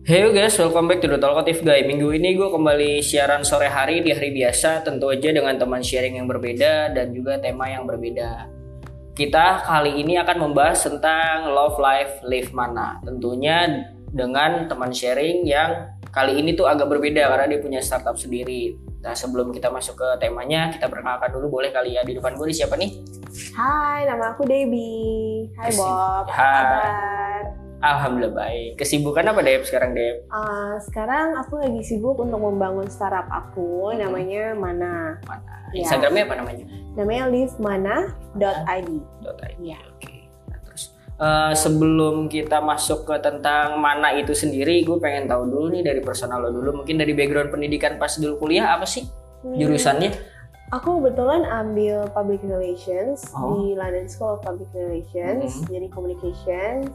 Hey guys, welcome back to the Talkative Guy. Minggu ini gue kembali siaran sore hari di hari biasa, tentu aja dengan teman sharing yang berbeda dan juga tema yang berbeda. Kita kali ini akan membahas tentang love life live mana. Tentunya dengan teman sharing yang kali ini tuh agak berbeda karena dia punya startup sendiri. Nah, sebelum kita masuk ke temanya, kita perkenalkan dulu boleh kali ya. Di depan gue siapa nih? Hai, nama aku Debbie. Hai Bob, apa Hai. kabar? Alhamdulillah baik. Kesibukan apa Deb sekarang Deb? Sekarang aku lagi sibuk untuk membangun startup aku, namanya Mana. Mana? Ya. Instagramnya apa namanya? Namanya livemana.id. Ya. Oke. Nah, terus sebelum kita masuk ke tentang mana itu sendiri, gue pengen tahu dulu nih dari personal lo dulu. Mungkin dari background pendidikan pas dulu kuliah apa sih jurusannya? Aku kebetulan ambil Public Relations Oh. di London School of Public Relations, jadi Communications.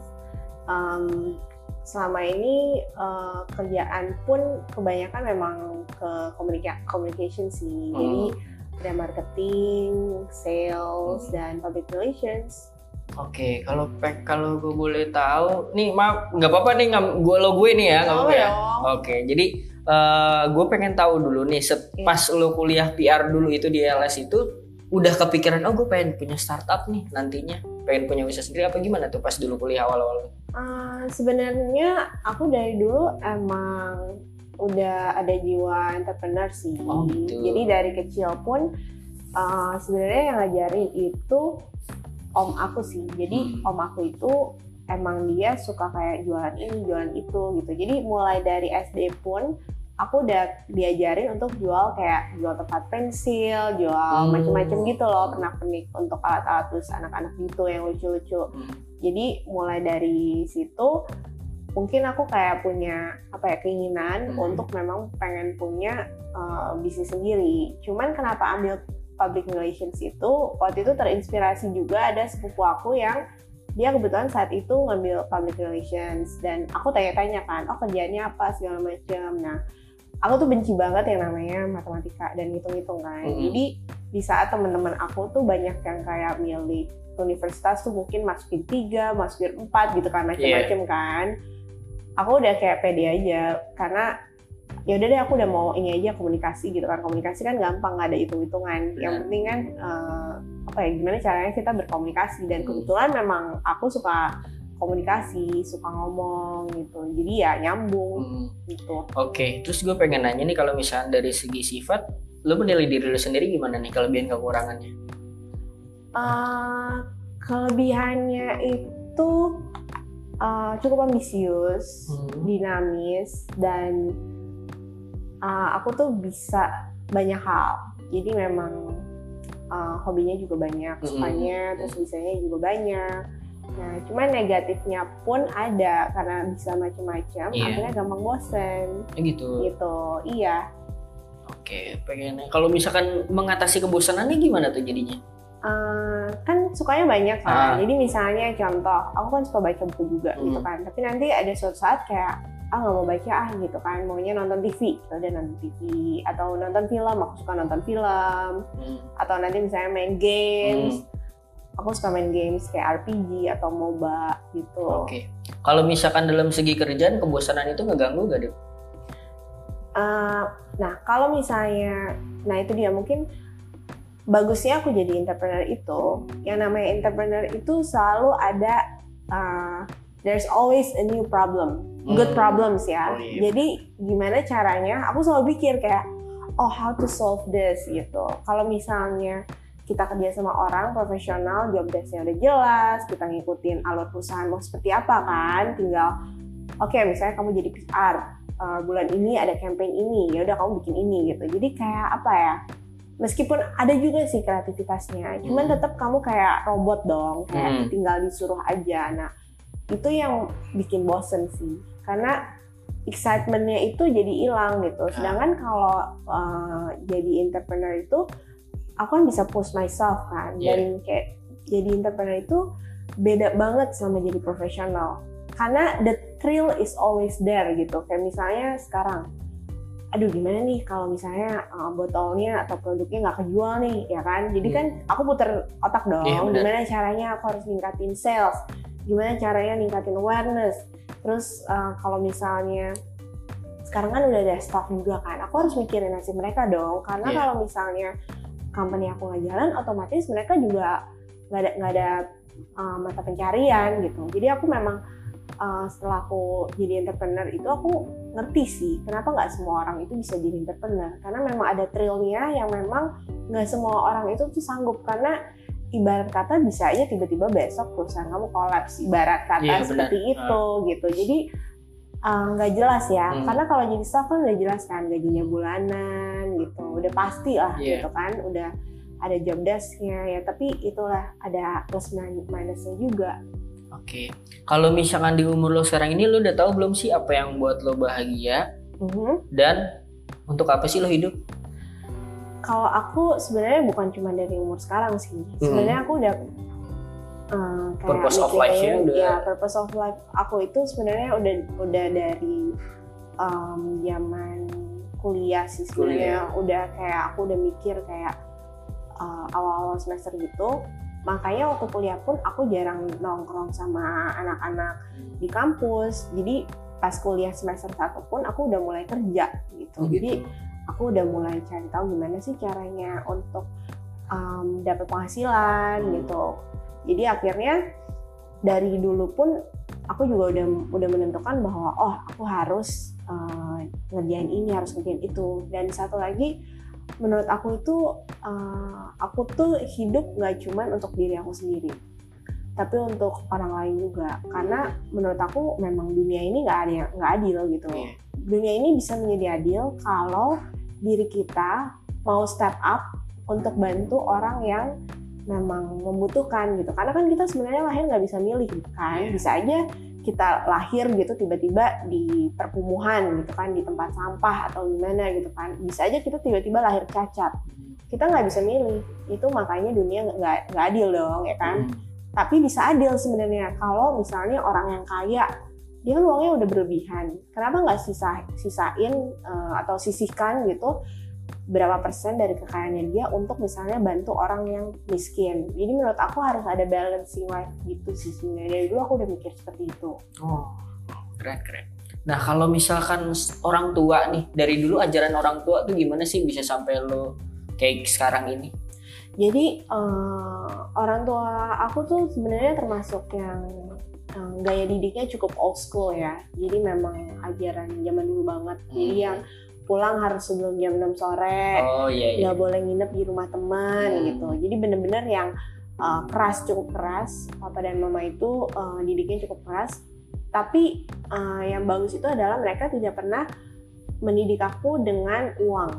Selama ini kerjaan pun kebanyakan memang ke communication sih. Jadi ada marketing, sales, dan public relations. Oke, kalau gue boleh tahu, nih maaf nggak apa-apa nih gue nih ya, nggak apa-apa ya. Oke, jadi gue pengen tahu dulu nih, pas lo kuliah PR dulu itu di LS itu, udah kepikiran gue pengen punya startup nih nantinya, pengen punya usaha sendiri apa gimana tuh pas dulu kuliah awal-awal? Sebenarnya aku dari dulu emang udah ada jiwa entrepreneur sih. Oh, gitu. Jadi dari kecil pun sebenarnya yang ngajarin itu om aku sih. Jadi om aku itu emang dia suka kayak jualan ini, jualan itu gitu. Jadi mulai dari SD pun aku udah diajarin untuk jual tempat pensil, jual macam-macam gitu loh, pernak-pernik untuk alat-alat terus anak-anak gitu yang lucu-lucu. Jadi mulai dari situ mungkin aku kayak punya keinginan untuk memang pengen punya bisnis sendiri. Cuman kenapa ambil public relations itu, waktu itu terinspirasi juga ada sepupu aku yang dia kebetulan saat itu ngambil public relations dan aku tanya-tanya kan, kerjaannya apa segala macam. Nah, aku tuh benci banget yang namanya matematika dan hitung-hitung kan. Jadi di saat teman-teman aku tuh banyak yang kayak milih universitas tuh mungkin masukin 3, masukin 4 gitu kan, macam-macam kan. Aku udah kayak pede aja karena ya udah deh, aku udah mau ini aja komunikasi gitu kan. Komunikasi kan gampang, nggak ada hitung-hitungan. Yang penting kan gimana caranya kita berkomunikasi, dan kebetulan memang aku suka komunikasi, suka ngomong gitu, jadi ya nyambung gitu. Oke, terus gue pengen nanya nih, kalau misalnya dari segi sifat, lo menilai diri lo sendiri gimana nih, kelebihan kekurangannya? Kelebihannya itu cukup ambisius, dinamis, dan aku tuh bisa banyak hal. Jadi memang hobinya juga banyak, sukanya, terus bisanya juga banyak. Nah, cuman negatifnya pun ada karena bisa macam-macam, akhirnya gampang bosen. Gitu. Gitu, iya. Oke, pengen. Kalau misalkan mengatasi kebosanannya gimana tuh jadinya? Kan sukanya banyak kan. Jadi misalnya contoh, aku kan suka baca buku juga gitu kan. Tapi nanti ada suatu saat kayak nggak mau baca gitu kan, maunya nonton TV. Udah nonton TV atau nonton film, aku suka nonton film. Atau nanti misalnya main games. Aku suka main games kayak RPG atau MOBA gitu. Oke. Kalau misalkan dalam segi kerjaan, kebosanan itu ngeganggu gak, Dep? Nah, kalau misalnya, itu dia mungkin bagusnya aku jadi entrepreneur itu, yang namanya entrepreneur itu selalu ada, there's always a new problem, good problems ya. Jadi gimana caranya, aku selalu pikir kayak, how to solve this gitu. Kalau misalnya kita kerja sama orang profesional, job desk-nya udah jelas, kita ngikutin alur perusahaan mau seperti apa kan, tinggal misalnya kamu jadi PR, bulan ini ada campaign ini, ya udah kamu bikin ini gitu. Jadi kayak meskipun ada juga sih kreativitasnya, cuman tetap kamu kayak robot dong, kayak tinggal disuruh aja. Nah, itu yang bikin bosen sih, karena excitement-nya itu jadi hilang gitu. Sedangkan kalau jadi entrepreneur itu aku kan bisa push myself kan, dan kayak jadi entrepreneur itu beda banget sama jadi profesional, karena the thrill is always there gitu. Kayak misalnya sekarang, aduh gimana nih kalau misalnya botolnya atau produknya nggak kejual nih, ya kan? Jadi kan aku puter otak dong, gimana caranya aku harus ningkatin sales, gimana caranya ningkatin awareness, Terus kalau misalnya sekarang kan udah ada staff juga kan, aku harus mikirin nasib mereka dong. Karena kalau misalnya company aku nggak jalan, otomatis mereka juga nggak ada mata pencarian gitu. Jadi aku memang setelah aku jadi entrepreneur itu aku ngerti sih kenapa nggak semua orang itu bisa jadi entrepreneur, karena memang ada trailnya yang memang nggak semua orang itu tuh sanggup. Karena ibarat kata bisa aja tiba-tiba besok perusahaan kamu kolaps, ibarat kata seperti itu gitu. Jadi nggak jelas ya, karena kalau jadi staff kan udah jelas kan gajinya bulanan gitu, udah pasti lah gitu kan, udah ada job desk-nya ya. Tapi itulah ada plus minusnya juga. Oke, kalau misalkan di umur lo sekarang ini, lo udah tahu belum sih apa yang buat lo bahagia dan untuk apa sih lo hidup? Kalau aku sebenarnya bukan cuma dari umur sekarang sih, sebenarnya aku udah kayak purpose of life-nya udah. Ya, purpose of life aku itu sebenarnya udah dari zaman kuliah sih sebenarnya. Udah kayak aku udah mikir kayak awal-awal semester gitu. Makanya waktu kuliah pun aku jarang nongkrong sama anak-anak di kampus. Jadi pas kuliah semester 1 pun aku udah mulai kerja gitu. Jadi aku udah mulai cari tahu gimana sih caranya untuk dapat penghasilan gitu. Jadi akhirnya dari dulu pun aku juga udah menentukan bahwa aku harus ngerjain ini, harus ngerjain itu. Dan satu lagi, menurut aku itu aku tuh hidup nggak cuma untuk diri aku sendiri, tapi untuk orang lain juga. Karena menurut aku memang dunia ini nggak adil gitu. Dunia ini bisa menjadi adil kalau diri kita mau step up untuk bantu orang yang memang membutuhkan gitu. Karena kan kita sebenarnya lahir nggak bisa milih gitu kan. Bisa aja kita lahir gitu tiba-tiba di perkumuhan gitu kan, di tempat sampah atau gimana gitu kan. Bisa aja kita tiba-tiba lahir cacat. Kita nggak bisa milih. Itu makanya dunia nggak adil dong ya kan. Tapi bisa adil sebenarnya kalau misalnya orang yang kaya, dia kan uangnya udah berlebihan. Kenapa nggak sisain atau sisihkan gitu berapa persen dari kekayaannya dia untuk misalnya bantu orang yang miskin. Jadi menurut aku harus ada balancing life gitu sih sebenarnya. Dari dulu aku udah mikir seperti itu. Oh, keren. Nah kalau misalkan orang tua nih, dari dulu ajaran orang tua tuh gimana sih bisa sampai lo kayak sekarang ini? Jadi orang tua aku tuh sebenarnya termasuk yang gaya didiknya cukup old school ya. Jadi memang ajaran zaman dulu banget. Jadi yang pulang harus sebelum jam 6 sore, nggak boleh nginep di rumah teman gitu. Jadi bener-bener yang cukup keras. Papa dan mama itu didiknya cukup keras. Tapi yang bagus itu adalah mereka tidak pernah mendidik aku dengan uang.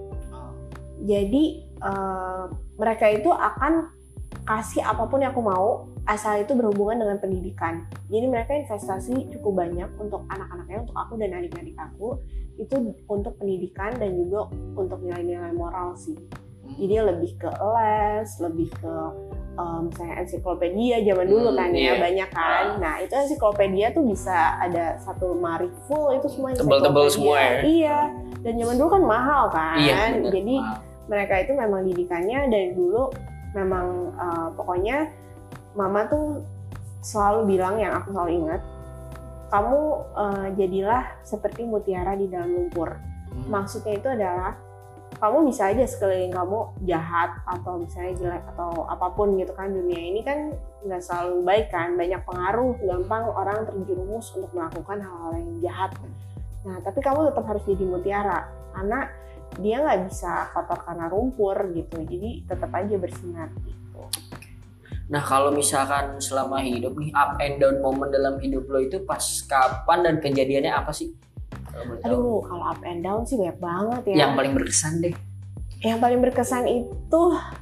Jadi mereka itu akan kasih apapun yang aku mau, asal itu berhubungan dengan pendidikan. Jadi mereka investasi cukup banyak untuk anak-anaknya, untuk aku dan adik-adik aku, itu untuk pendidikan dan juga untuk nilai-nilai moral sih. Jadi lebih ke les, lebih ke misalnya ensiklopedia zaman dulu kan ya, banyak kan. Nah itu ensiklopedia tuh bisa ada satu lemari full, itu semua tebal-tebal semua ya. Iya, dan zaman dulu kan mahal kan. Iya, jadi mereka itu memang didikannya dari dulu memang pokoknya mama tuh selalu bilang, yang aku selalu ingat, kamu jadilah seperti mutiara di dalam lumpur. Maksudnya itu adalah kamu bisa aja sekeliling kamu jahat atau misalnya jelek atau apapun gitu kan. Dunia ini kan nggak selalu baik kan, banyak pengaruh, gampang orang terjerumus untuk melakukan hal-hal yang jahat. Nah tapi kamu tetap harus jadi mutiara, karena dia nggak bisa kotor karena lumpur gitu, jadi tetap aja bersinar gitu. Nah kalau misalkan selama hidup nih, up and down momen dalam hidup lo itu pas kapan dan kejadiannya apa sih? Aduh, kalau up and down sih banyak banget ya. Yang paling berkesan deh. Yang paling berkesan itu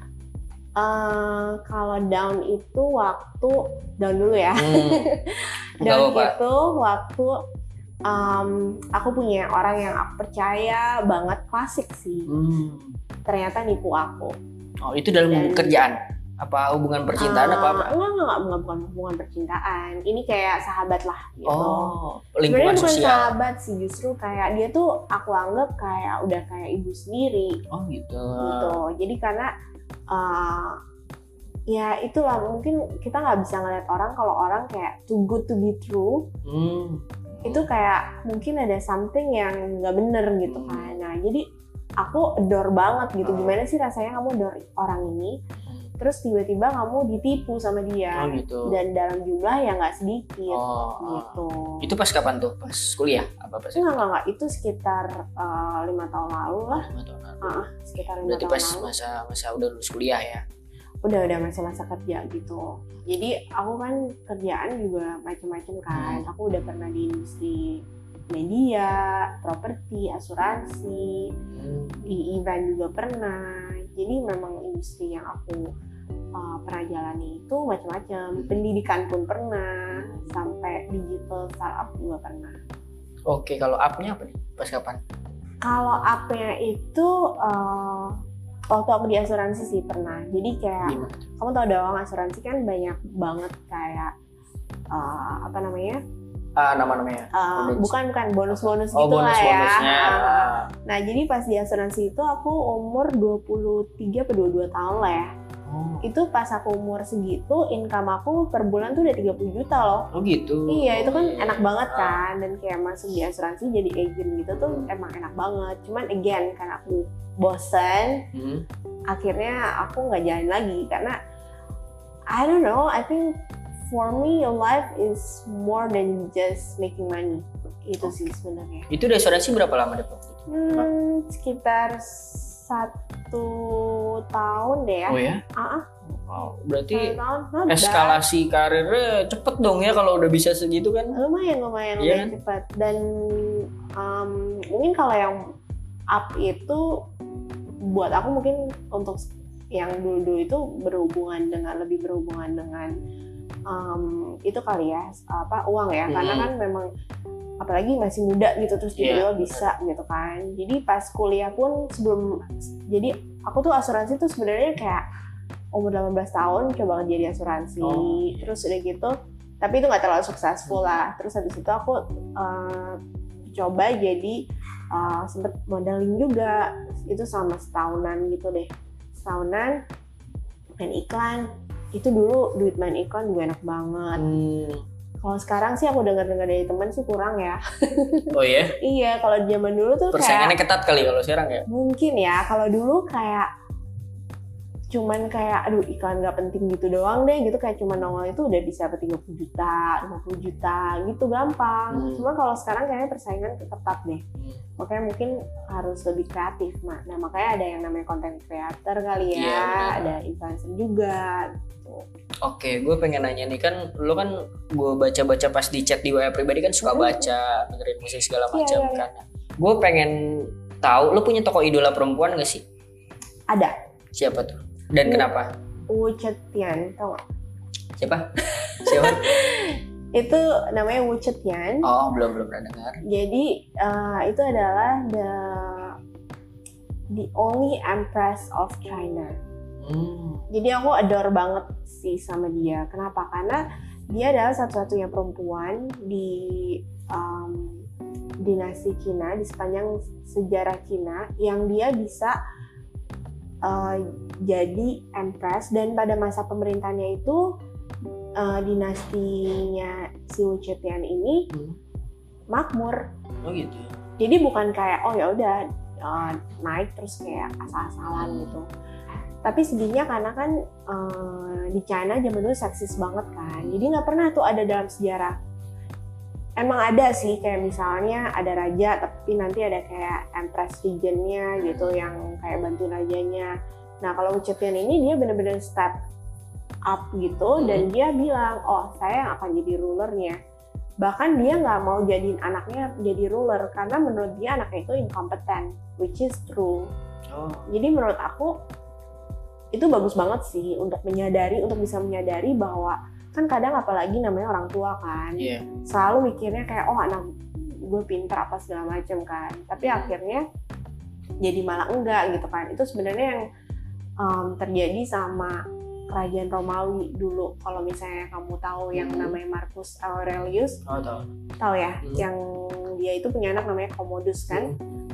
kalau down itu waktu down dulu ya. Down itu waktu aku punya orang yang aku percaya banget, klasik sih. Ternyata nipu aku. Oh, itu dalam kerjaan? Apa hubungan percintaan apa? Enggak, bukan hubungan percintaan. Ini kayak sahabat lah gitu. Oh, lingkungan sosial. Sebenarnya bukan sahabat sih, justru kayak dia tuh aku anggap kayak udah kayak ibu sendiri. Oh gitu. Jadi karena ya itulah, mungkin kita nggak bisa ngeliat orang kalau orang kayak too good to be true. Itu kayak mungkin ada something yang nggak bener gitu kan. Nah jadi aku adore banget gitu. Gimana sih rasanya kamu adore orang ini, terus tiba-tiba kamu ditipu sama dia, gitu. Dan dalam jumlah yang nggak sedikit gitu. Itu pas kapan tuh? Pas kuliah apa pas? Enggak, itu sekitar 5 tahun lalu lah. 5 tahun lalu. Sekitar 5 Berarti tahun pas lalu. masa udah lulus kuliah ya? Udah masa-masa kerja gitu. Jadi aku kan kerjaan juga macam-macam kan. Aku udah pernah di industri media, properti, asuransi, di event juga pernah. Jadi memang industri yang aku pernah jalani itu macam-macam. Pendidikan pun pernah, sampai digital startup juga pernah. Oke, kalau up-nya apa nih? Pas kapan? Kalau up-nya itu waktu aku di asuransi sih pernah. Jadi kayak kamu tau dong, asuransi kan banyak banget kayak apa namanya? Nama-namanya. Bukan bonus-bonus gitu lah ya. Bonusnya. Nah, jadi pas di asuransi itu aku umur 23 atau 22 tahun lah ya. Itu pas aku umur segitu, income aku per bulan tuh udah 30 juta loh. Oh gitu. Iya, itu kan enak banget kan. Dan kayak masuk di asuransi jadi agent gitu tuh emang enak banget. Cuman again, karena aku bosen, akhirnya aku nggak jalan lagi. Karena I don't know, I think for me your life is more than just making money. Itu sih sebenarnya. Itu di asuransi berapa lama deh Pak? Sekitar 1 tahun deh ya. Oh ya? Wow, berarti eskalasi bad. karirnya cepet dong ya kalau udah bisa segitu kan? Lumayan Iya kan? cepet. Dan mungkin kalau yang up itu buat aku mungkin untuk yang dulu-dulu itu lebih berhubungan dengan itu kali ya, uang ya. Karena kan memang apalagi masih muda gitu, terus tiba-tiba bisa gitu kan. Jadi pas kuliah pun jadi aku tuh asuransi tuh sebenarnya kayak umur 18 tahun coba kerja di asuransi. Terus udah gitu, tapi itu nggak terlalu successful lah. Terus habis itu aku coba jadi sempet modeling juga, itu selama setahunan gitu deh. Setahunan main iklan. Itu dulu duit main iklan juga enak banget. Kalau sekarang sih aku dengar dari teman sih kurang ya. Oh ya? Iya, kalau zaman dulu tuh persaingannya kayak ketat kali kalau sekarang ya? Mungkin ya, kalau dulu kayak cuman kayak aduh iklan nggak penting gitu doang deh gitu, kayak cuman nongol itu udah bisa 30 juta, 50 juta gitu gampang. Cuma kalau sekarang kayaknya persaingan ketat deh. Makanya mungkin harus lebih kreatif, nah makanya ada yang namanya content creator kali ya, ada influencer juga gitu. Oke, gue pengen nanya nih, kan lo kan gue baca-baca pas di chat di WA pribadi kan suka baca, dengerin musik segala macam kan. Gue pengen tahu lo punya tokoh idola perempuan gak sih? Ada. Siapa tuh? Dan kenapa? Wu Zetian, tau gak? Siapa? Itu namanya Wu Zetian. Oh, belum pernah dengar. Jadi itu adalah the only empress of China. Jadi aku adore banget sih sama dia. Kenapa? Karena dia adalah satu-satunya perempuan di dinasti Cina, di sepanjang sejarah Cina, yang dia bisa jadi empress. Dan pada masa pemerintahannya itu dinastinya si Wu Zetian ini makmur. Oh gitu. Jadi bukan kayak oh ya udah naik terus kayak asal-asalan gitu. Tapi sedihnya karena kan di China zaman dulu seksis banget kan. Jadi nggak pernah tuh ada dalam sejarah. Emang ada sih kayak misalnya ada raja tapi nanti ada kayak empress regentnya gitu yang kayak bantuin rajanya. Nah kalau Wu Zetian ini dia benar-benar step up gitu dan dia bilang oh saya yang akan jadi rulernya. Bahkan dia nggak mau jadiin anaknya jadi ruler karena menurut dia anaknya itu incompetent, which is true. Jadi menurut aku itu bagus banget sih untuk bisa menyadari bahwa kan kadang apalagi namanya orang tua kan selalu mikirnya kayak oh anak gue pinter apa segala macam kan, tapi akhirnya jadi malah enggak gitu kan. Itu sebenarnya yang terjadi sama kerajaan Romawi dulu. Kalau misalnya kamu tahu yang namanya Marcus Aurelius, tahu ya, yang dia itu punya anak namanya Commodus kan. Nah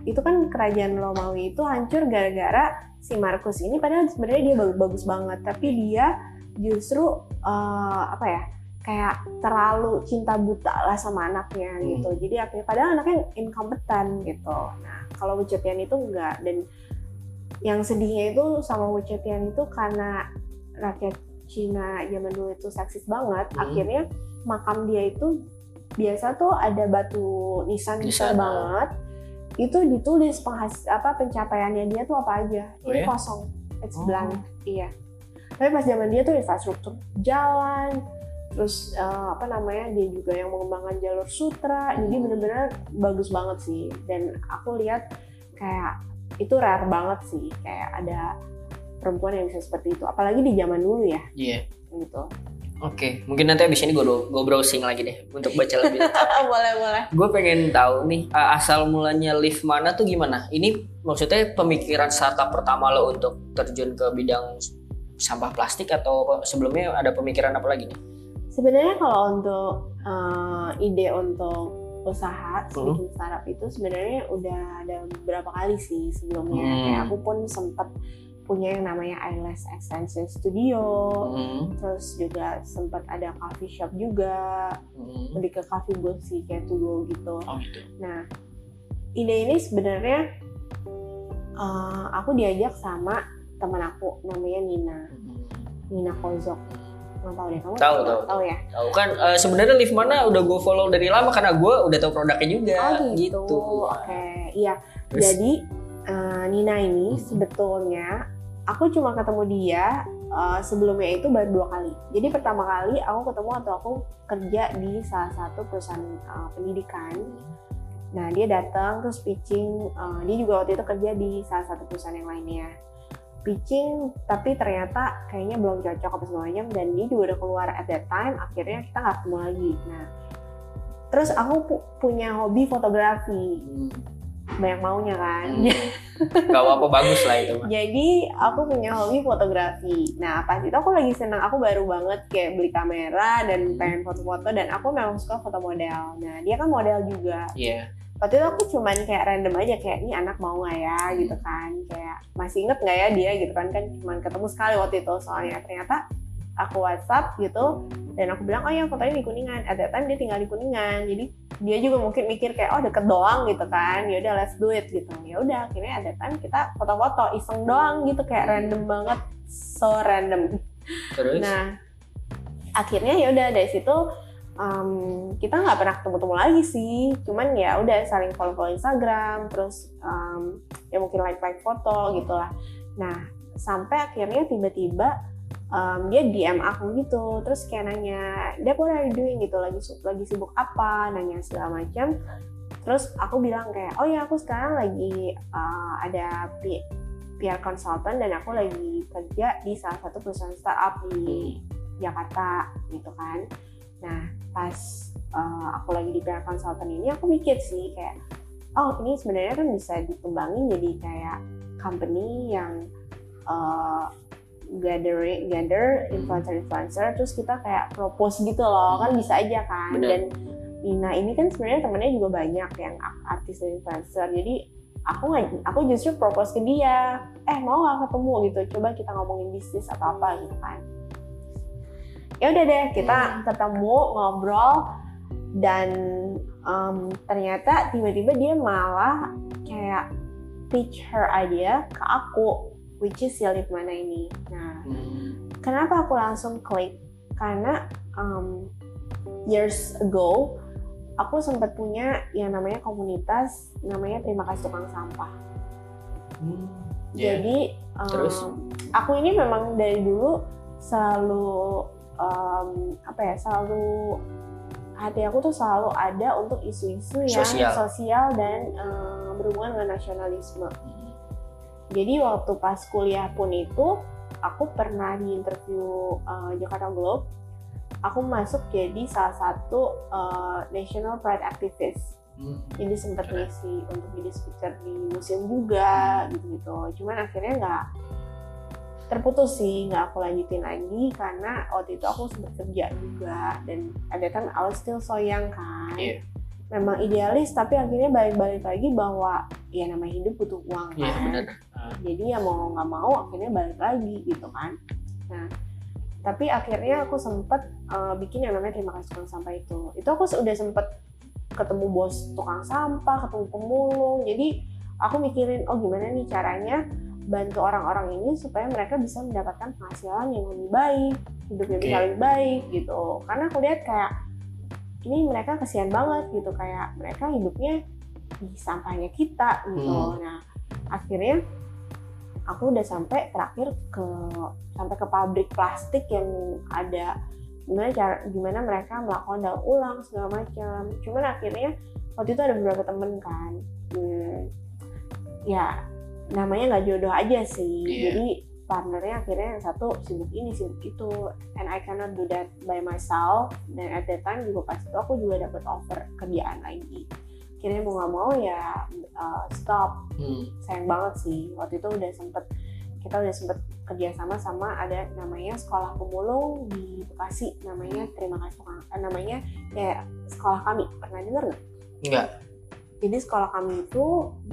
itu kan kerajaan Romawi itu hancur gara-gara si Markus ini, padahal sebenarnya dia bagus banget, tapi dia justru apa ya, kayak terlalu cinta buta lah sama anaknya gitu. Jadi akhirnya padahal anaknya inkompeten gitu. Nah kalau Wu Zetian itu enggak, dan yang sedihnya itu sama Wu Zetian itu karena rakyat Cina zaman dulu itu seksis banget. Akhirnya makam dia itu biasa tuh ada batu nisan besar banget. Itu ditulis pencapaiannya dia tuh apa aja. Ini kosong, it's blank. Iya. Tapi pas zaman dia tuh infrastruktur jalan, terus dia juga yang mengembangkan jalur sutra, jadi bener-bener bagus banget sih. Dan aku lihat kayak itu rare banget sih, kayak ada perempuan yang bisa seperti itu, apalagi di zaman dulu ya. Iya. Gitu. Oke, mungkin nanti abis ini gue browsing lagi deh untuk baca lebih lengkap. Boleh. Gue pengen tahu nih, asal mulanya Live Mana tuh gimana? Ini maksudnya pemikiran startup pertama lo untuk terjun ke bidang sampah plastik, atau sebelumnya ada pemikiran apa lagi nih? Sebenarnya kalau untuk ide untuk usaha bikin startup itu sebenarnya udah ada beberapa kali sih sebelumnya. Kayak aku pun sempat punya yang namanya Eyelash Extension Studio, terus juga sempat ada coffee shop juga, lebih ke coffee booth sih, kayak Tugo gitu. Nah, ide ini sebenarnya aku diajak sama teman aku namanya Nina Kozok. Nggak tahu deh, kamu tahu ya? Tahu kan, sebenarnya Live Mana udah gue follow dari lama karena gue udah tahu produknya juga. Gitu. Oke, iya. Jadi Nina ini sebetulnya aku cuma ketemu dia sebelumnya itu baru 2 kali. Jadi pertama kali aku ketemu waktu aku kerja di salah satu perusahaan pendidikan. Nah dia datang terus pitching, dia juga waktu itu kerja di salah satu perusahaan yang lainnya. Pitching, tapi ternyata kayaknya belum cocok apa segala macam, dan dia juga udah keluar at that time. Akhirnya kita nggak ketemu lagi. Nah terus aku punya hobi fotografi. Banyak maunya kan. Gak apa-apa, bagus lah itu. Jadi aku punya hobi fotografi. Nah pas itu aku lagi senang, aku baru banget kayak beli kamera dan pengen foto-foto, dan aku memang suka foto model. Nah dia kan model juga. Waktu itu aku cuman kayak random aja, kayak ini anak mau nggak ya gitu kan, kayak masih inget nggak ya dia gitu kan cuman ketemu sekali waktu itu soalnya. Ternyata aku WhatsApp gitu dan aku bilang, oh ya fotonya di Kuningan. At that time dia tinggal di Kuningan, jadi dia juga mungkin mikir kayak deket doang gitu kan, ya udah let's do it gitu. Ya udah akhirnya at that time kita foto-foto iseng doang gitu, kayak random banget, so random. Terus? Nah akhirnya ya udah dari situ kita nggak pernah ketemu lagi sih, cuman ya udah saling follow Instagram, terus ya mungkin like foto gitulah. Nah sampai akhirnya tiba-tiba dia DM aku gitu, terus kayak nanya, "Dep, what are you doing?" gitu, lagi sibuk apa, nanya segala macam. Terus aku bilang kayak, "Oh ya aku sekarang lagi ada PR consultant dan aku lagi kerja di salah satu perusahaan startup di Jakarta gitu kan." Nah pas aku lagi di PR consultant ini, aku mikir sih kayak, ini sebenarnya kan bisa dikembangin jadi kayak company yang gather influencer, terus kita kayak propose gitu loh, kan bisa aja kan. Bener. Dan Nina ini kan sebenarnya temennya juga banyak yang artis dan influencer, jadi aku justru propose ke dia, mau nggak ketemu gitu, coba kita ngomongin bisnis atau apa gitu kan. Ya udah deh, kita ketemu ngobrol, dan ternyata tiba-tiba dia malah kayak pitch her idea ke aku, which is si Live Mana ini. Nah, kenapa aku langsung klik? Karena years ago aku sempat punya yang namanya komunitas, namanya Terima Kasih Tukang Sampah. Jadi terus? Aku ini memang dari dulu selalu selalu hati aku tuh selalu ada untuk isu-isu yang sosial dan berhubungan dengan nasionalisme. Jadi waktu pas kuliah pun itu, aku pernah di interview Jakarta Globe, aku masuk jadi salah satu National Pride Activist. Jadi sempat ngisi untuk jadi speaker di museum juga, gitu-gitu. Cuman akhirnya nggak terputus sih, nggak aku lanjutin lagi karena waktu itu aku sempat kerja juga, dan ada kan I was still so young kan. memang idealis, tapi akhirnya balik lagi bahwa ya namanya hidup butuh uang kan. Iya benar. Jadi ya mau nggak mau akhirnya balik lagi gitu kan. Nah tapi akhirnya aku sempet bikin yang namanya terima kasih tukang sampah itu aku udah sempet ketemu bos tukang sampah, ketemu pemulung, jadi aku mikirin gimana nih caranya bantu orang-orang ini supaya mereka bisa mendapatkan penghasilan yang lebih baik, hidupnya bisa lebih baik gitu. Karena aku lihat kayak ini mereka kasihan banget gitu, kayak mereka hidupnya di sampahnya kita gitu. Nah akhirnya aku udah sampai ke pabrik plastik yang ada gimana mereka melakukan daur ulang segala macam. Cuman akhirnya waktu itu ada beberapa temen kan, ya namanya nggak jodoh aja sih. Jadi partnernya akhirnya yang satu sibuk ini sibuk itu, and I cannot do that by myself. Dan at that time juga pas itu aku juga dapat offer kerjaan lagi. Akhirnya mau nggak mau ya stop. Sayang banget sih, waktu itu kita udah sempet kerja sama ada namanya sekolah pemulung di Bekasi, namanya terima kasih namanya kayak sekolah kami, pernah dengar nggak? Enggak. Jadi sekolah kami itu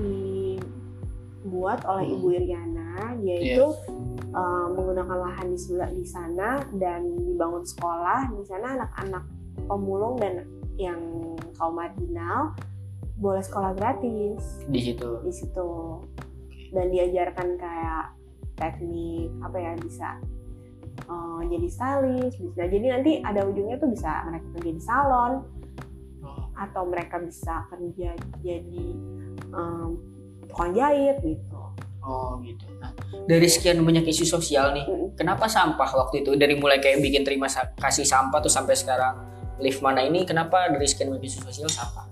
dibuat oleh Ibu Iriana, dia itu menggunakan lahan di sana dan dibangun sekolah di sana. Anak-anak pemulung dan yang kaum marginal boleh sekolah gratis di situ dan diajarkan kayak teknik bisa jadi stylist, bisa jadi nanti ada ujungnya tuh bisa mereka kerja di salon atau mereka bisa kerja jadi tukang jahit gitu. Gitu. Nah, dari sekian banyak isu sosial nih, kenapa sampah waktu itu dari mulai kayak bikin terima kasih sampah tuh sampai sekarang Live Mana ini, kenapa dari sekian banyak isu sosial sampah?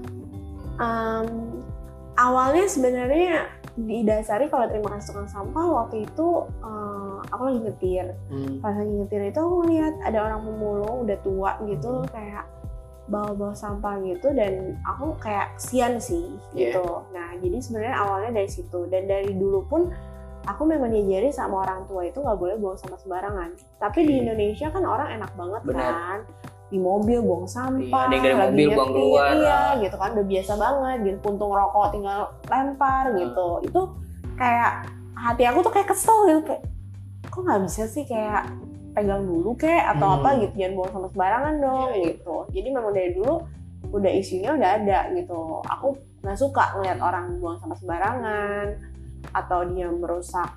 Awalnya sebenarnya didasari kalau terima kasih tukang sampah waktu itu aku lagi nyetir. Pas lagi nyetir itu aku ngeliat ada orang pemulung udah tua gitu kayak bawa sampah gitu, dan aku kayak kesian sih gitu. Nah jadi sebenarnya awalnya dari situ, dan dari dulu pun aku memang diajari sama orang tua itu nggak boleh buang sampah sembarangan. Tapi di Indonesia kan orang enak banget kan, di mobil buang sampah, dari mobil buang keluar, gitu kan udah biasa banget gitu, puntung rokok tinggal lempar gitu. Itu kayak hati aku tuh kayak kesel gitu, kayak kok nggak bisa sih kayak pegang dulu kayak atau apa gitu, jangan buang sampah sembarangan dong gitu. Jadi memang dari dulu udah isunya udah ada gitu. Aku nggak suka ngeliat orang buang sampah sembarangan atau dia merusak.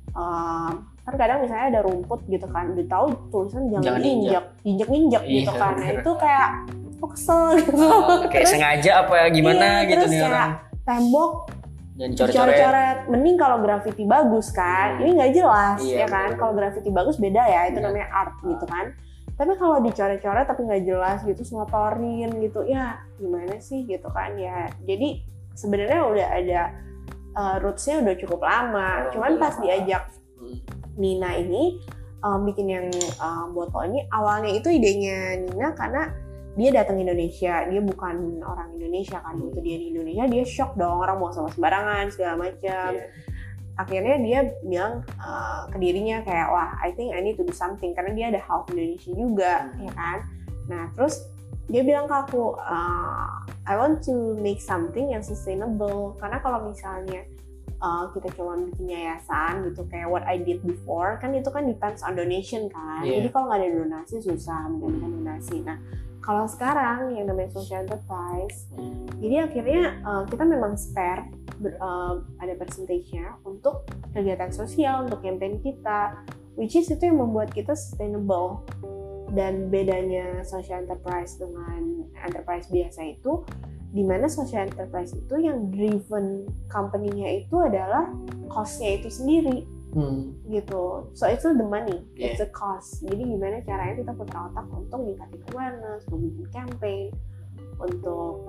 Kan kadang misalnya ada rumput gitu kan, udah tahu tulisan jangan injak gitu kan. Nah itu kayak kesel gitu. Kayak terus, sengaja apa gimana gitu nih orang. Tembok dan coret-coret, mending kalau grafiti bagus kan, ini nggak jelas ya kan. Kalau grafiti bagus beda ya, itu namanya art gitu kan. Tapi kalau dicoret-coret tapi nggak jelas gitu, ngotorin gitu, ya gimana sih gitu kan ya. Jadi sebenarnya udah ada rootsnya udah cukup lama. Cuman pas diajak Nina ini bikin yang botol ini, awalnya itu idenya Nina karena dia datang Indonesia, dia bukan orang Indonesia kan. Waktu dia di Indonesia dia shock dong, orang buang sampah sembarangan segala macam. Akhirnya dia bilang ke dirinya kayak, wah I think I need to do something, karena dia ada half Indonesia juga ya kan. Nah terus dia bilang ke aku, I want to make something yang sustainable, karena kalau misalnya kita cuma bikin yayasan gitu kayak what I did before, kan itu kan depends on donation kan. Jadi kalau nggak ada donasi susah mendapatkan donasi. Nah kalau sekarang yang namanya social enterprise, jadi akhirnya kita memang spare ada percentage-nya untuk kegiatan sosial, untuk campaign kita, which is itu yang membuat kita sustainable. Dan bedanya social enterprise dengan enterprise biasa itu, di mana social enterprise itu yang driven company-nya itu adalah cost-nya itu sendiri. Gitu. So it's not the money, it's the cost. Jadi gimana caranya kita putar otak untuk meningkatkan awareness, untuk bikin campaign, untuk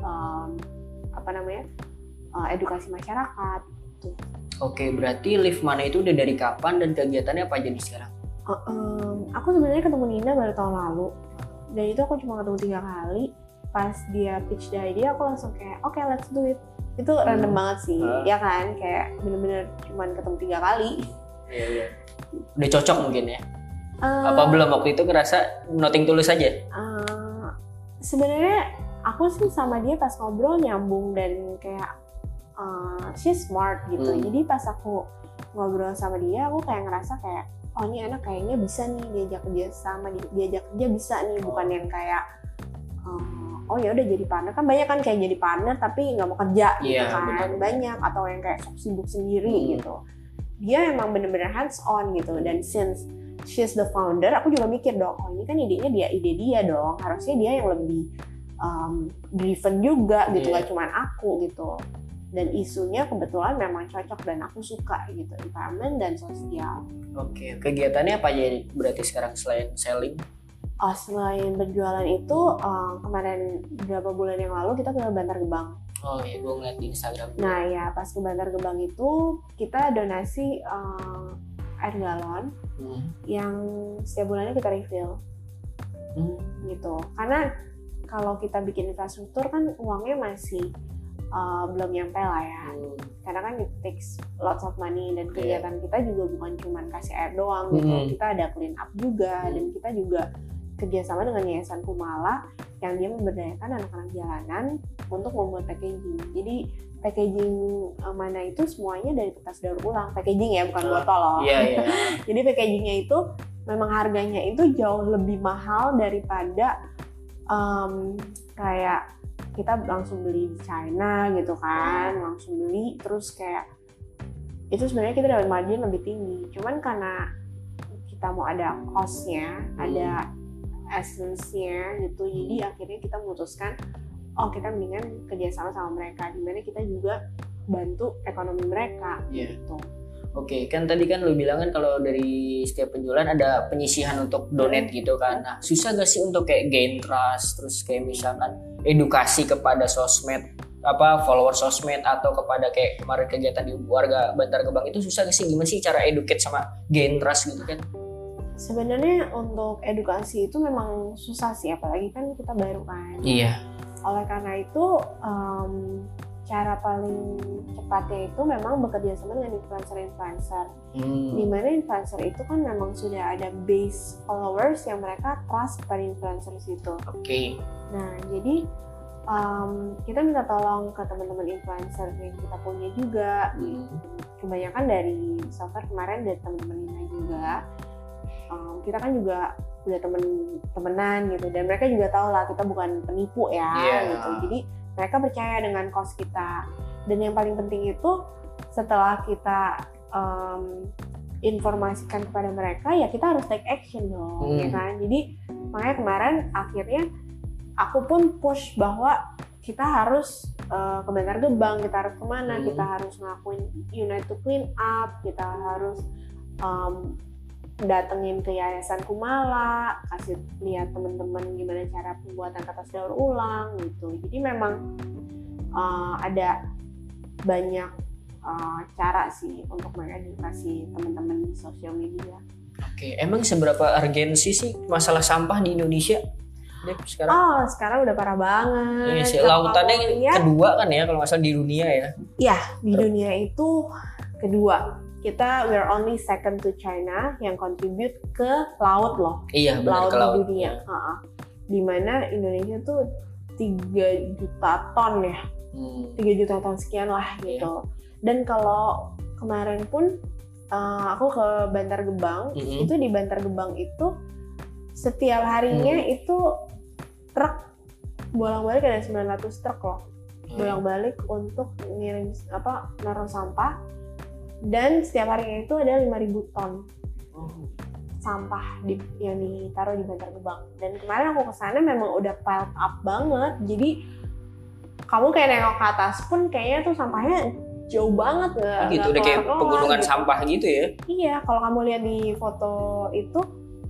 edukasi masyarakat. Gitu. Oke, berarti Live Mana itu udah dari kapan dan kegiatannya apa aja nih sekarang? Aku sebenarnya ketemu Nina baru tahun lalu, dan itu aku cuma ketemu 3 kali. Pas dia pitch the idea, aku langsung kayak oke, let's do it. Itu random banget sih, ya kan, kayak bener-bener cuma ketemu 3 kali. Iya. Udah cocok mungkin ya? Apa belum waktu itu ngerasa nothing tulus aja? Sebenarnya aku sih sama dia pas ngobrol nyambung dan kayak she's smart gitu. Jadi pas aku ngobrol sama dia, aku kayak ngerasa kayak oh ini anak kayaknya bisa nih diajak kerja sama, diajak kerja bisa nih, bukan yang kayak oh ya udah jadi partner. Kan banyak kan kayak jadi partner tapi nggak mau kerja gitu kan, betul. Banyak, atau yang kayak sibuk sendiri gitu. Dia emang bener-bener hands on gitu, dan since she's the founder, aku juga mikir dong, oh ini kan ide dia dong, harusnya dia yang lebih driven juga gitu, gak cuma aku gitu. Dan isunya kebetulan memang cocok dan aku suka gitu, environment dan sosial. Oke, kegiatannya apa aja berarti sekarang selain selling? Selain berjualan itu, kemarin beberapa bulan yang lalu kita ke Bantar Gebang. Oh iya, gue ngeliat di Instagram. Nah ya, pas ke Bantar Gebang itu kita donasi air galon yang setiap bulannya kita refill gitu. Karena kalau kita bikin infrastruktur kan uangnya masih belum nyampe lah ya. Karena kan it takes lots of money, dan kegiatan kita juga bukan cuma kasih air doang gitu. Kita ada clean up juga, dan kita juga kerjasama dengan Yayasan Kumala yang dia memberdayakan anak-anak jalanan untuk membuat packaging. Jadi packaging mana itu semuanya dari kertas daur ulang. Packaging ya, bukan botol loh. Iya. Jadi packagingnya itu memang harganya itu jauh lebih mahal daripada kayak kita langsung beli di China gitu kan, langsung beli terus kayak itu sebenarnya kita dapat margin lebih tinggi. Cuman karena kita mau ada cost-nya, ada essence-nya gitu, jadi akhirnya kita memutuskan kita mendingan kerjasama sama mereka, dimana kita juga bantu ekonomi mereka gitu. Oke, kan tadi kan lu bilang kan kalau dari setiap penjualan ada penyisihan untuk donate gitu kan. Nah, susah gak sih untuk kayak gain trust, terus kayak misalkan edukasi kepada sosmed, follower sosmed, atau kepada kayak kemarin kegiatan di warga Bantar Gebang itu susah gak sih? Gimana sih cara educate sama gain trust gitu kan? Sebenarnya untuk edukasi itu memang susah sih, apalagi kan kita baru kan. Iya. Oleh karena itu cara paling cepatnya itu memang bekerja sama dengan influencer. Dimana influencer itu kan memang sudah ada base followers yang mereka trust pada influencer itu. Oke. Nah jadi kita minta tolong ke teman-teman influencer yang kita punya juga. Kebanyakan dari software kemarin dari teman-teman Nina juga. Kita kan juga udah temenan gitu, dan mereka juga tahu lah kita bukan penipu ya gitu. Jadi mereka percaya dengan cost kita. Dan yang paling penting itu setelah kita informasikan kepada mereka, ya kita harus take action dong, ya kan. Jadi makanya kemarin akhirnya aku pun push bahwa kita harus ke Bantar Gebang, kita harus kemana, kita harus ngelakuin Unite to Clean Up, kita harus datengin ke Yayasan Kumala, kasih lihat teman-teman gimana cara pembuatan kertas daur ulang gitu. Jadi memang ada banyak cara sih untuk mengedukasi teman-teman di sosial media. Oke, emang seberapa urgensi sih masalah sampah di Indonesia? Sekarang? Sekarang udah parah banget. Iya sih, lautannya kedua kan ya kalau nggak salah di dunia ya? Iya, di dunia itu kedua. We're only second to China yang contribute ke laut loh. Iya, benar, laut ke laut di dunia. Dimana Indonesia tuh 3 juta ton ya. 3 juta ton sekian lah gitu. Dan kalau kemarin pun aku ke Bantar Gebang, itu di Bantar Gebang itu setiap harinya itu truk bolak-balik ada 900 truk loh. Bolak-balik untuk ngirim naruh sampah. Dan setiap harinya itu ada 5.000 ton sampah yang ditaruh di Bantar Gebang. Dan kemarin aku kesana memang udah piled up banget. Jadi kamu kayak nengok ke atas pun kayaknya tuh sampahnya jauh banget gitu, udah kayak pegunungan gitu. Sampah gitu ya? Iya, kalau kamu lihat di foto itu,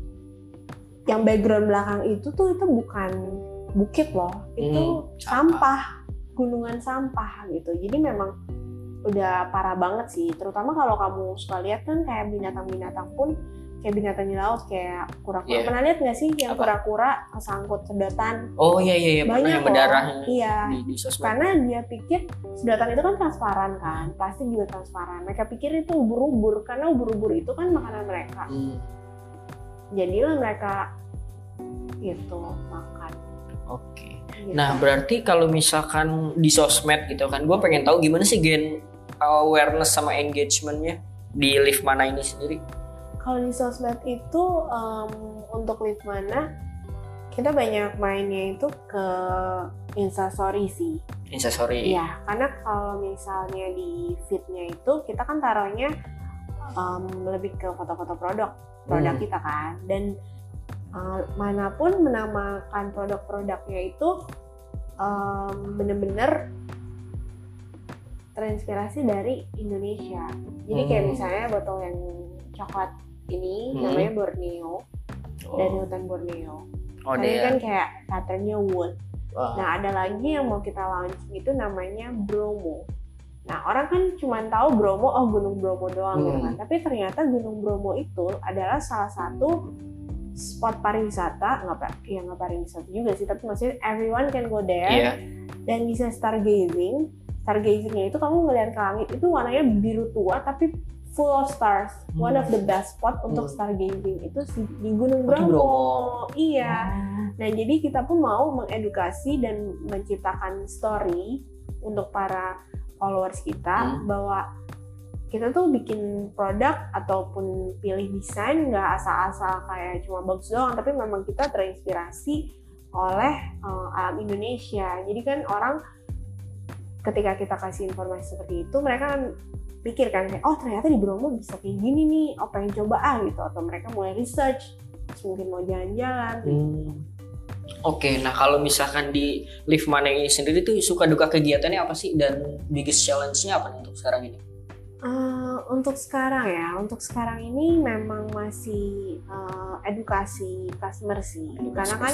yang background belakang itu bukan bukit loh, itu sampah, gunungan sampah gitu. Jadi memang udah parah banget sih, terutama kalau kamu suka lihat kan kayak binatang-binatang pun kayak binatang di laut kayak kura-kura. Pernah lihat nggak sih yang kura-kura kesangkut sedotan? Oh iya banyak yang berdarah. Iya. Di karena dia pikir sedotan itu kan transparan kan, plastik juga transparan. Mereka pikir itu ubur-ubur, karena ubur-ubur itu kan makanan mereka. Jadilah mereka itu makan. Oke. Gitu. Nah, berarti kalau misalkan di sosmed gitu kan, gue pengen tahu gimana sih gen awareness sama engagementnya di Live Mana ini sendiri. Kalau di sosmed itu untuk Live Mana kita banyak mainnya itu ke Instastory sih. Instastory. Iya, karena kalau misalnya di feednya itu kita kan taruhnya lebih ke foto-foto produk kita kan, dan manapun menamakan produk-produknya itu bener-bener terinspirasi dari Indonesia. Jadi kayak misalnya botol yang coklat ini namanya Borneo, dari hutan Borneo. Ini kan kayak patternnya wood. Nah, ada lagi yang mau kita launching itu namanya Bromo. Nah, orang kan cuma tahu Bromo, Gunung Bromo doang gitu kan. Tapi ternyata Gunung Bromo itu adalah salah satu spot pariwisata, nggak pariwisata juga sih, tapi maksudnya everyone can go there dan bisa stargazing. Stargazingnya itu kamu ngeliat ke langit itu warnanya biru tua tapi full of stars. One of the best spot untuk stargazing itu di Gunung Bromo. Iya. Nah, jadi kita pun mau mengedukasi dan menciptakan story untuk para followers kita bahwa kita tuh bikin produk ataupun pilih desain nggak asal-asal kayak cuma bagus doang, tapi memang kita terinspirasi oleh alam Indonesia. Jadi kan orang ketika kita kasih informasi seperti itu, mereka kan pikir kan kayak, oh ternyata di Bromo bisa kayak gini nih, pengen coba gitu, atau mereka mulai research, terus mungkin mau jalan-jalan. Oke, nah kalau misalkan di Live Mana ini sendiri tuh suka duka kegiatannya apa sih, dan biggest challenge-nya apa nih untuk sekarang ini? Untuk sekarang ini memang masih edukasi customer sih, karena kan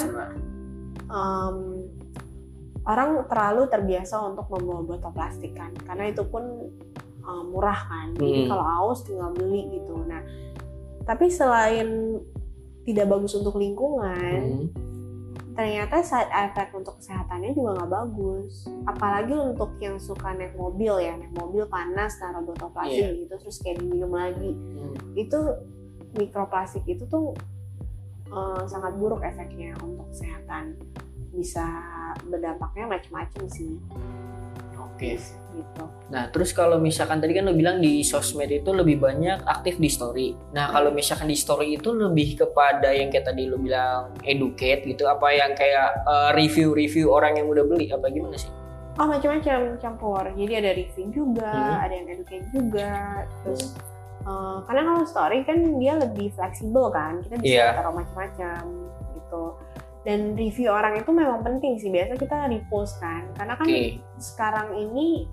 orang terlalu terbiasa untuk membawa botol plastik kan, karena itu pun murah kan, jadi kalau haus tinggal beli gitu. Nah, tapi selain tidak bagus untuk lingkungan, ternyata side effect untuk kesehatannya juga nggak bagus. Apalagi untuk yang suka naik mobil panas, taruh botol plastik gitu, terus kayak diminum lagi. Itu mikroplastik itu tuh sangat buruk efeknya untuk kesehatan. Bisa berdampaknya macam-macam sih. Oke. Gitu. Nah, terus kalau misalkan tadi kan lo bilang di sosmed itu lebih banyak aktif di story. Nah, kalau misalkan di story itu lebih kepada yang kayak tadi lo bilang educate gitu, apa yang kayak review orang yang udah beli, apa gimana sih? Macam-macam, campur. Jadi ada review juga, ada yang educate juga. Terus karena kalau story kan dia lebih fleksibel kan, kita bisa taruh macam-macam gitu. Dan review orang itu memang penting sih, biasa kita repost kan, karena kan sekarang ini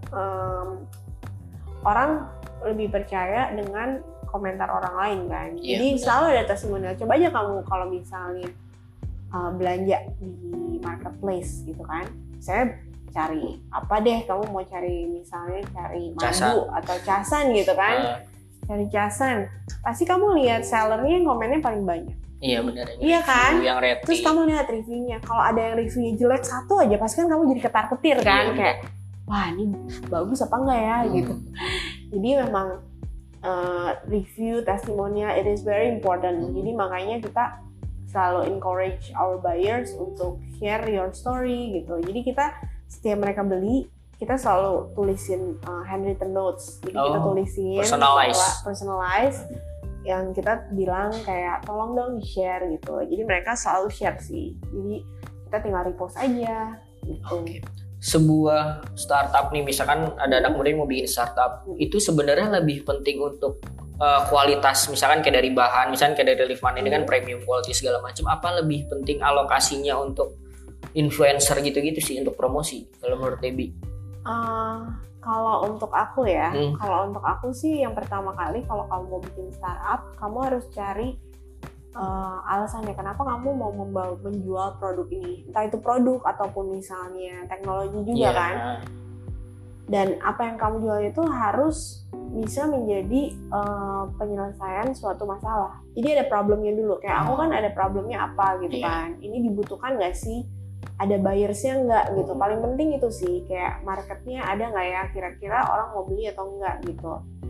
orang lebih percaya dengan komentar orang lain kan. Jadi selalu ada testimonial. Coba aja kamu kalau misalnya belanja di marketplace gitu kan, saya cari apa deh, kamu mau cari misalnya cari madu atau casan gitu kan, cari casan, pasti kamu lihat sellernya yang komennya paling banyak. Iya benar. Iya kan? Yang rating. Terus kamu lihat reviewnya. Kalau ada yang reviewnya jelek satu aja, pasti kan kamu jadi ketar-ketir kan, kayak wah ini bagus apa enggak ya gitu. Jadi memang review, testimonial it is very important. Jadi makanya kita selalu encourage our buyers untuk share your story gitu. Jadi kita setiap mereka beli, kita selalu tulisin handwritten notes. Jadi kita tulisin personalize yang kita bilang kayak tolong dong di-share gitu. Jadi mereka selalu share sih. Jadi kita tinggal repost aja gitu. Sebuah startup nih, misalkan ada anak muda yang mau bikin startup, itu sebenarnya lebih penting untuk kualitas, misalkan kayak dari bahan, misalkan kayak dari Live Mana ini kan premium quality segala macam, apa lebih penting alokasinya untuk influencer gitu-gitu sih untuk promosi kalau menurut Debbie? Kalau untuk aku ya, kalau untuk aku sih yang pertama kali kalau kamu mau bikin startup, kamu harus cari alasannya kenapa kamu mau menjual produk ini, entah itu produk ataupun misalnya teknologi juga kan. Dan apa yang kamu jual itu harus bisa menjadi penyelesaian suatu masalah. Jadi ada problemnya dulu, kayak aku kan ada problemnya apa gitu kan, ini dibutuhkan nggak sih, ada buyersnya nggak gitu. Paling penting itu sih, kayak marketnya ada nggak ya, kira-kira orang mau beli atau enggak gitu.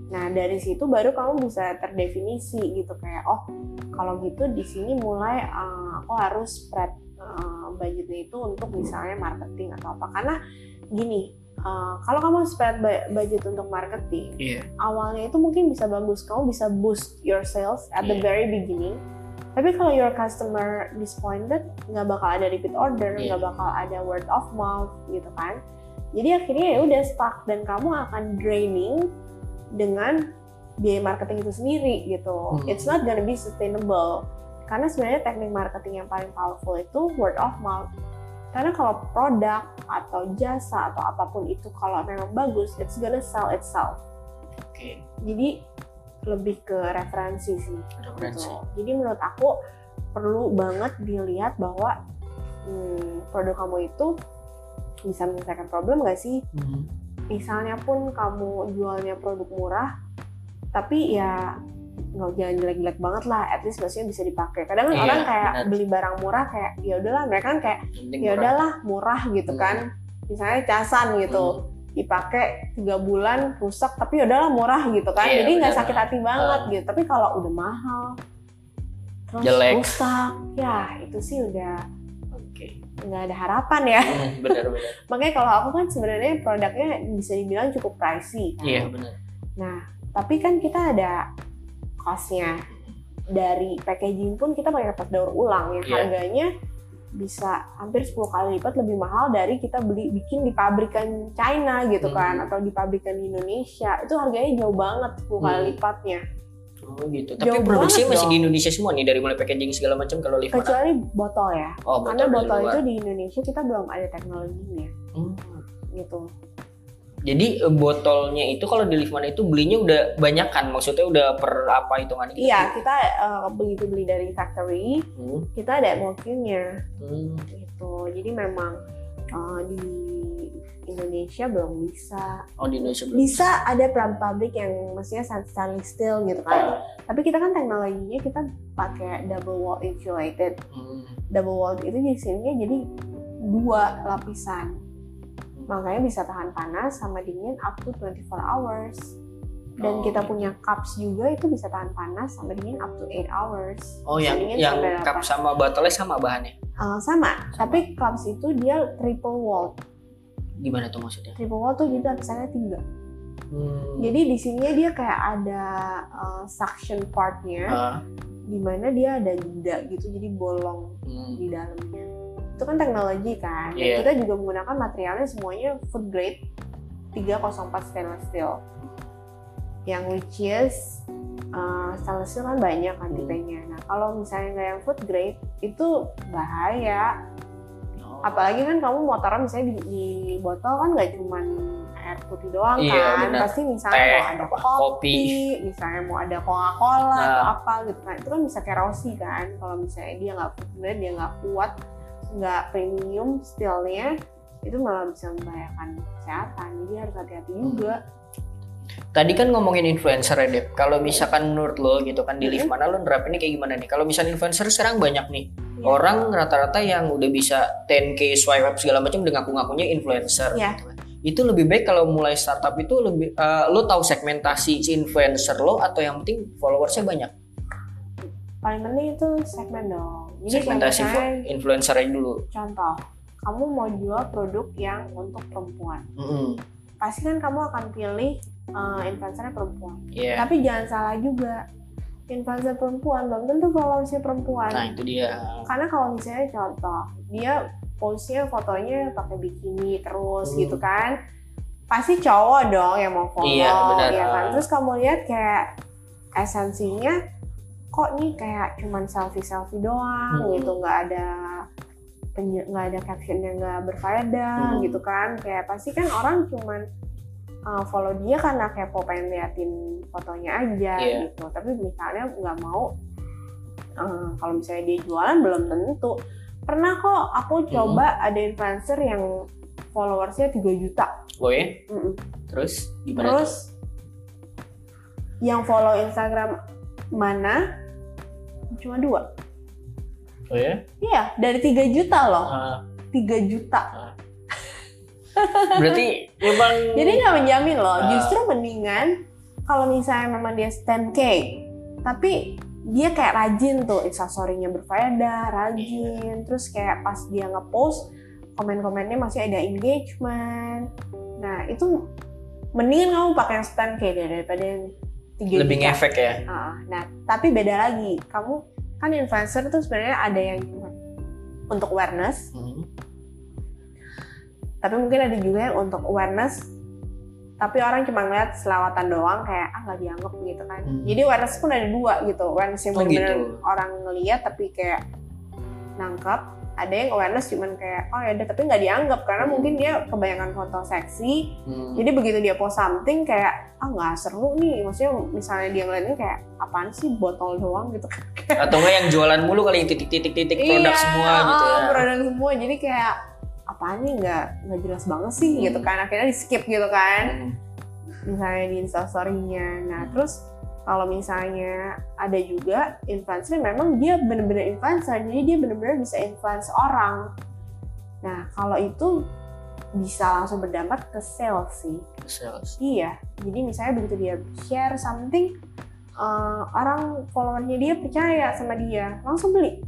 Nah dari situ baru kamu bisa terdefinisi gitu kayak oh kalau gitu di sini mulai aku harus spread budgetnya itu untuk misalnya marketing atau apa, karena gini kalau kamu spread budget untuk marketing awalnya itu mungkin bisa bagus, kamu bisa boost your sales at the very beginning. Tapi kalau your customer disappointed, nggak bakal ada repeat order, nggak bakal ada word of mouth gitu kan. Jadi akhirnya ya udah stuck dan kamu akan draining dengan biaya marketing itu sendiri gitu. It's not gonna be sustainable. Karena sebenarnya teknik marketing yang paling powerful itu word of mouth. Karena kalau produk atau jasa atau apapun itu kalau memang bagus, it's gonna sell itself. Jadi lebih ke referensi sih. Gitu. Jadi menurut aku perlu banget dilihat bahwa produk kamu itu bisa menyelesaikan problem nggak sih? Misalnya pun kamu jualnya produk murah, tapi ya nggak jangan jelek-jelek banget lah, at least maksudnya bisa dipakai. Kadang kan orang kayak beli barang murah kayak ya udahlah, mereka kan kayak ya udahlah murah gitu kan. Misalnya casan gitu. Dipakai 3 bulan rusak tapi udahlah murah gitu kan, jadi nggak sakit hati banget gitu. Tapi kalau udah mahal terus jelek, rusak ya itu sih udah nggak ada harapan ya. Benar. Makanya kalau aku kan sebenarnya produknya bisa dibilang cukup pricey kan. Benar. Nah tapi kan kita ada cost-nya, dari packaging pun kita pakai kertas daur ulang yang harganya bisa hampir 10 kali lipat lebih mahal dari kita bikin di pabrikan China gitu kan, atau di pabrikan di Indonesia. Itu harganya jauh banget 10 kali lipatnya. Oh gitu. Tapi produksi masih di Indonesia semua nih, dari mulai packaging segala macam kalau Livana. Kecuali botol ya. Karena botol itu di Indonesia kita belum ada teknologinya. Gitu. Jadi botolnya itu kalau di Livana itu belinya udah banyak kan? Maksudnya udah per apa hitungannya? Iya, kita begitu beli dari factory, kita ada MOQ-nya. Gitu. Jadi memang di Indonesia belum bisa. Oh, di Indonesia belum bisa. Ada pabrik yang maksudnya stainless steel gitu kan. Tapi kita kan teknologinya kita pakai double wall insulated. Double wall itu isinya jadi 2 lapisan. Makanya bisa tahan panas sama dingin up to 24 hours. Dan kita punya cups juga itu bisa tahan panas sama dingin up to 8 hours. Oh, yang cup sama botolnya sama bahannya? Sama, tapi cups itu dia triple walled. Gimana tuh maksudnya? Triple walled tuh jadi lapisannya 3. Jadi di sininya dia kayak ada suction partnya, di mana dia ada jeda gitu, jadi bolong di dalamnya. Itu kan teknologi kan, dan kita juga menggunakan materialnya semuanya food grade 304 stainless steel, yang which is stainless steel kan banyak kan tipenya. Nah kalau misalnya nggak yang food grade itu bahaya, apalagi kan kamu motoran misalnya di botol kan nggak cuman air putih doang kan, pasti misalnya mau ada kopi, misalnya mau ada Coca-Cola atau apa gitu kan, itu kan bisa kerosi kan. Kalau misalnya dia nggak food grade, dia nggak kuat, nggak premium steelnya, itu malah bisa membahayakan kesehatan. Jadi harus hati-hati juga. Tadi kan ngomongin influencer ya, Dep. Kalau misalkan menurut lo gitu kan di Livana lo nerapinnya kayak gimana nih? Kalau misalnya influencer sekarang banyak nih orang rata-rata yang udah bisa 10k swipe up segala macam udah ngaku-ngakunya influencer. Gitu kan. Itu lebih baik kalau mulai startup itu lebih lo tahu segmentasi si influencer lo atau yang penting followersnya banyak? Paling penting itu segmen dong. Jadi segmentasi influencernya dulu. Contoh, kamu mau jual produk yang untuk perempuan, pasti kan kamu akan pilih influencernya perempuan. Tapi jangan salah juga, influencer perempuan belum tentu followersnya perempuan. Nah itu dia. Karena kalau misalnya contoh, dia postnya fotonya pakai bikini terus gitu kan, pasti cowok dong yang mau follow. Iya benar. Ya kan? Terus kamu lihat kayak esensinya kok nih kayak cuman selfie doang gitu, nggak ada caption yang nggak berfaedah gitu kan. Kayak pasti kan orang cuman follow dia karena kepo pengen liatin fotonya aja gitu. Tapi misalnya nggak mau, kalau misalnya dia jualan belum tentu. Pernah kok aku coba ada influencer yang followersnya 3 juta. Oh ya? Terus gimana? Terus yang follow Instagram mana cuma 2. Oh ya? Iya, dari 3 juta loh. 3 juta. Berarti memang. Jadi nggak menjamin loh. Justru mendingan kalau misalnya memang dia 10K, tapi dia kayak rajin tuh, instastory-nya berfaedah, rajin, terus kayak pas dia nge-post, komen-komennya masih ada engagement. Nah itu mendingan kamu pakai yang 10K daripada yang 3 Lebih juta. ngefek ya. Nah tapi beda lagi, kamu kan influencer tuh sebenarnya ada yang untuk awareness, tapi mungkin ada juga yang untuk awareness tapi orang cuma ngeliat selawatan doang kayak nggak dianggap gitu kan. Jadi awareness pun ada dua gitu, awareness yang benar-benar orang ngeliat tapi kayak nangkap, ada yang awareness cuman kayak ya udah tapi nggak dianggap karena mungkin dia kebanyakan foto seksi. Jadi begitu dia post something kayak nggak seru nih, maksudnya misalnya dia ngeliatnya kayak apaan sih, botol doang gitu kan. Atau nggak yang jualan mulu kali, titik-titik produk semua gitu ya. Produk semua, jadi kayak apaan nih, nggak jelas banget sih gitu kan, akhirnya di skip gitu kan. Misalnya di instastory-nya. Nah terus kalau misalnya ada juga influencer memang dia benar-benar influencer, jadi dia benar-benar bisa influence orang. Nah kalau itu bisa langsung berdampak ke sales sih. Iya, jadi misalnya begitu dia share something, orang followernya dia percaya sama dia, langsung beli.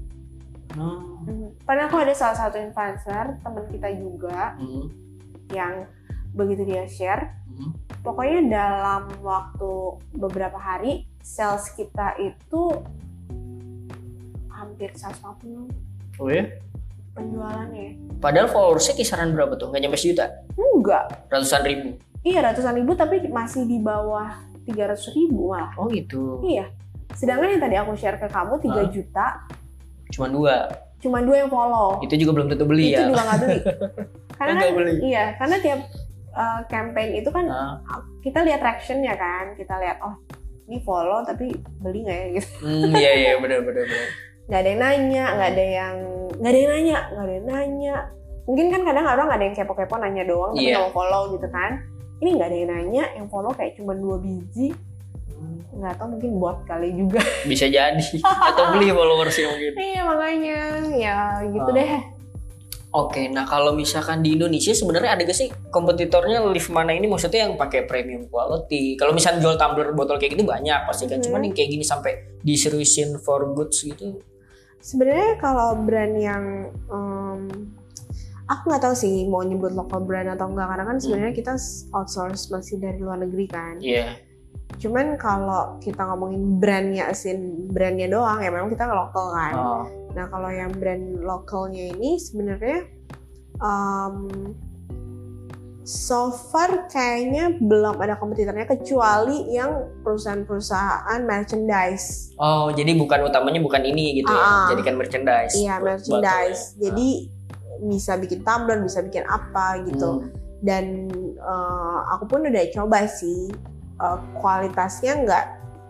Pernah aku ada salah satu influencer teman kita juga yang begitu dia share, pokoknya dalam waktu beberapa hari sales kita itu hampir 140. Oh ya? Penjualannya. Padahal followersnya kisaran berapa tuh? Nggak nyampe sejuta? Enggak. Ratusan ribu? Iya ratusan ribu tapi masih di bawah 300.000 malah. Oh gitu? Iya. Sedangkan yang tadi aku share ke kamu 3 juta. Cuma 2 yang follow. Itu juga belum tentu beli ya? Itu juga nggak beli. Karena nggak beli. Iya, karena tiap campaign itu kan kita lihat reaction-nya kan. Kita lihat ini follow tapi beli nggak ya gitu. Iya benar. Nggak ada yang nanya, nggak ada yang nanya. Mungkin kan kadang orang ada yang kepo-kepo nanya doang tapi nggak mau follow gitu kan. Ini nggak ada yang nanya, yang follow kayak cuma 2 biji. Nggak tahu, mungkin bot kali juga. Bisa jadi. Atau beli followersnya mungkin. Iya makanya ya gitu deh. Oke, nah kalau misalkan di Indonesia sebenarnya ada gak sih kompetitornya lift mana ini, maksudnya yang pakai premium quality? Kalau misalnya jual tumbler botol kayak gitu banyak pasti kan, cuman yang kayak gini sampai diserusin for goods gitu. Sebenarnya kalau brand yang aku nggak tahu sih mau nyebut local brand atau enggak, karena kan sebenarnya kita outsource masih dari luar negeri kan. Iya. Cuman kalau kita ngomongin brandnya, brandnya doang ya memang kita lokal kan. Nah kalau yang brand lokalnya ini sebenarnya so far kayaknya belum ada kompetitornya kecuali yang perusahaan-perusahaan merchandise. Oh jadi bukan utamanya bukan ini gitu ya, jadikan merchandise. Iya merchandise. Jadi bisa bikin tumbler, bisa bikin apa gitu. Dan aku pun udah coba sih, kualitasnya nggak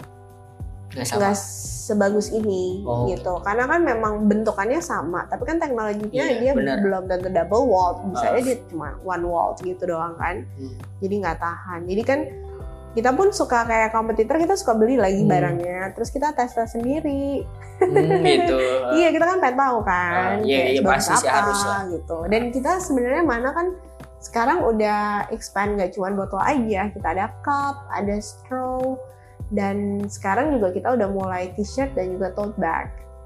sebagus ini gitu, karena kan memang bentukannya sama tapi kan teknologinya dia belum tentu double wall, bisa aja dia cuma one wall gitu doang kan. Jadi nggak tahan. Jadi kan kita pun suka kayak kompetitor, kita suka beli lagi barangnya terus kita tes sendiri gitu. Iya kita kan pengen tahu kan iya pasti sih harus lah gitu. Dan kita sebenarnya mana kan sekarang udah expand, nggak cuma botol aja, kita ada cup, ada straw, dan sekarang juga kita udah mulai t-shirt dan juga tote bag.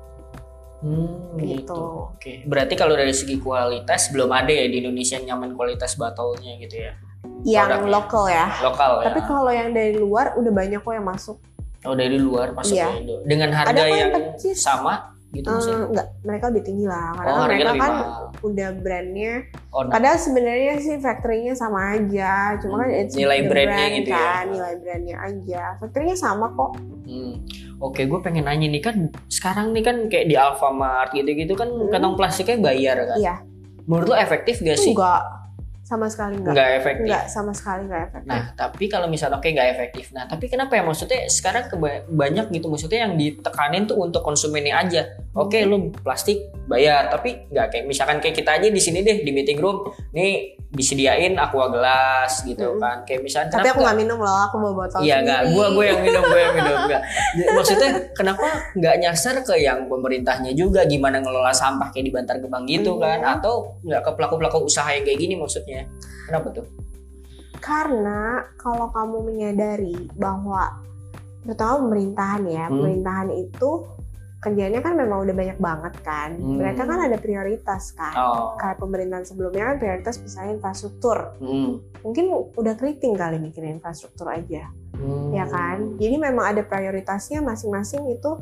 Gitu. Oke. Berarti kalau dari segi kualitas belum ada ya di Indonesia nyaman kualitas botolnya gitu ya? Yang produknya. Lokal ya. Lokal ya. Tapi kalau yang dari luar udah banyak kok yang masuk. Oh dari luar masuk ya Indo. Dengan harga yang sama gitu maksudnya? Enggak, mereka lebih tinggi lah. Karena mereka kan udah brandnya. Padahal sebenarnya sih factory-nya sama aja. Cuma kan nilai brandnya gitu kan, ya. Nilai brandnya aja. Factory-nya sama kok. Oke, gue pengen nanya nih kan sekarang nih kan kayak di Alfamart gitu-gitu kan kantong plastiknya bayar kan? Iya. Menurut lo efektif gak sih? Enggak. Sama sekali enggak. Enggak efektif. Enggak, sama sekali enggak efektif. Nah, tapi kalau misalnya enggak efektif. Nah, tapi kenapa ya maksudnya sekarang banyak gitu maksudnya yang ditekanin tuh untuk konsumennya aja. Oke, lu plastik bayar, tapi enggak kayak misalkan kayak kita aja di sini deh di meeting room, nih disediain aqua gelas gitu kan. Kayak misalnya tapi aku enggak minum loh, aku bawa botol iya, sendiri. Iya, gue yang minum enggak. Maksudnya kenapa enggak nyasar ke yang pemerintahnya juga gimana ngelola sampah kayak di Bantar Gebang gitu kan, atau enggak ke pelaku-pelaku usaha yang kayak gini maksudnya. Kenapa tuh? Karena kalau kamu menyadari bahwa terutama pemerintahan ya, pemerintahan itu kerjanya kan memang udah banyak banget kan. Mereka kan ada prioritas kan. Kayak pemerintahan sebelumnya kan prioritas misalnya infrastruktur. Mungkin udah keriting kali mikirin infrastruktur aja. Ya kan? Jadi memang ada prioritasnya masing-masing itu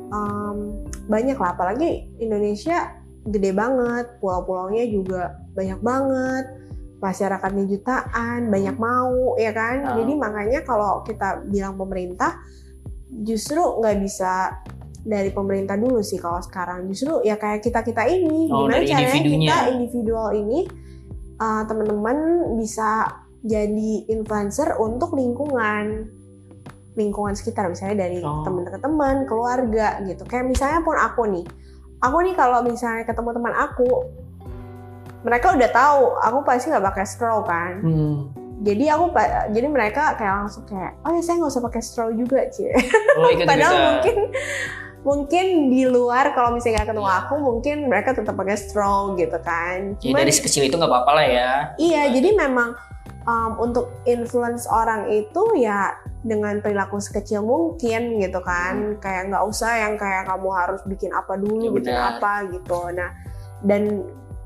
banyak lah. Apalagi Indonesia gede banget, pulau-pulaunya juga banyak banget. Masyarakatnya jutaan, banyak mau, ya kan? Jadi makanya kalau kita bilang pemerintah, justru nggak bisa dari pemerintah dulu sih kalau sekarang. Justru ya kayak kita ini, gimana caranya kita individual ini, teman-teman bisa jadi influencer untuk lingkungan sekitar, misalnya dari teman-teman, keluarga gitu. Kayak misalnya pun aku nih kalau misalnya ketemu teman aku, mereka udah tahu aku pasti nggak pakai straw kan. Jadi mereka kayak langsung kayak, oh ya saya nggak usah pakai straw juga cie. Padahal mungkin di luar kalau misalnya nggak ketemu aku, mungkin mereka tetap pakai straw gitu kan. Cuman, dari sekecil itu nggak apa-apa lah ya. Iya, jadi memang untuk influence orang itu ya dengan perilaku sekecil mungkin gitu kan. Kayak nggak usah yang kayak kamu harus bikin apa dulu, bikin apa gitu. Nah, dan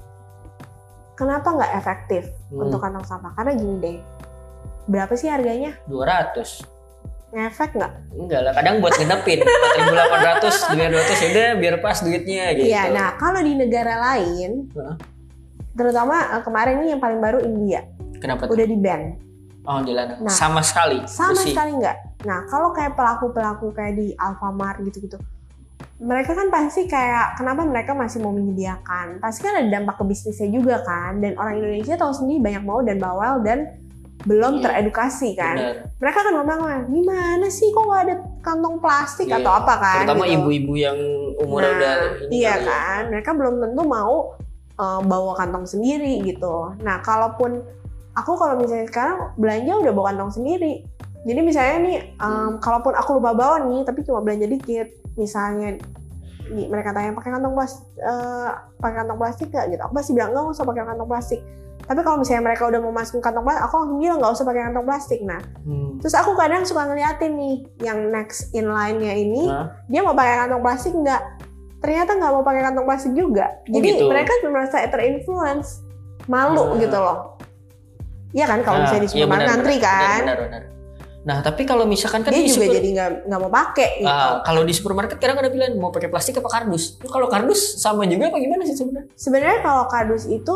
kenapa nggak efektif untuk kantong sampah? Karena gini deh, berapa sih harganya? 200. Ngefek nggak? Enggak lah, kadang buat ngenepin 4.800, 200 udah biar pas duitnya gitu. Iya, nah kalau di negara lain, terutama kemarin ini yang paling baru India. Kenapa? Udah di-ban. Oh, dilarang. Nah, sama sekali nggak. Nah kalau kayak pelaku kayak di Alfamart gitu-gitu, mereka kan pasti kayak kenapa mereka masih mau menyediakan? Pasti kan ada dampak ke bisnisnya juga kan. Dan orang Indonesia tahu sendiri banyak mau dan bawel dan belum teredukasi kan. Mereka kan ngomong, gimana sih kok nggak ada kantong plastik atau apa kan? Terutama gitu. Ibu-ibu yang umurnya udah ini. Iya kan, mereka belum tentu mau bawa kantong sendiri gitu. Nah kalaupun aku kalau misalnya sekarang belanja udah bawa kantong sendiri. Jadi misalnya nih, kalaupun aku lupa bawa nih, tapi cuma belanja dikit, misalnya mereka tanya pakai kantong plastik nggak gitu, aku pasti bilang nggak usah pakai kantong plastik. Tapi kalau misalnya mereka udah mau masukin kantong plastik, aku langsung bilang nggak usah pakai kantong plastik. Nah, terus aku kadang suka ngeliatin nih yang next in line-nya ini, dia mau pakai kantong plastik nggak? Ternyata nggak mau pakai kantong plastik juga. Jadi mereka merasa terinfluence, malu gitu loh. Iya kan, kalau misalnya di supermarket ngantri kan. Benar. Nah, tapi kalau misalkan kan dia juga jadi nggak mau pakai. Gitu. Kalau di supermarket kadang ada pilihan mau pakai plastik apa kardus. Kalau kardus sama juga apa gimana sih sebenarnya? Sebenarnya kalau kardus itu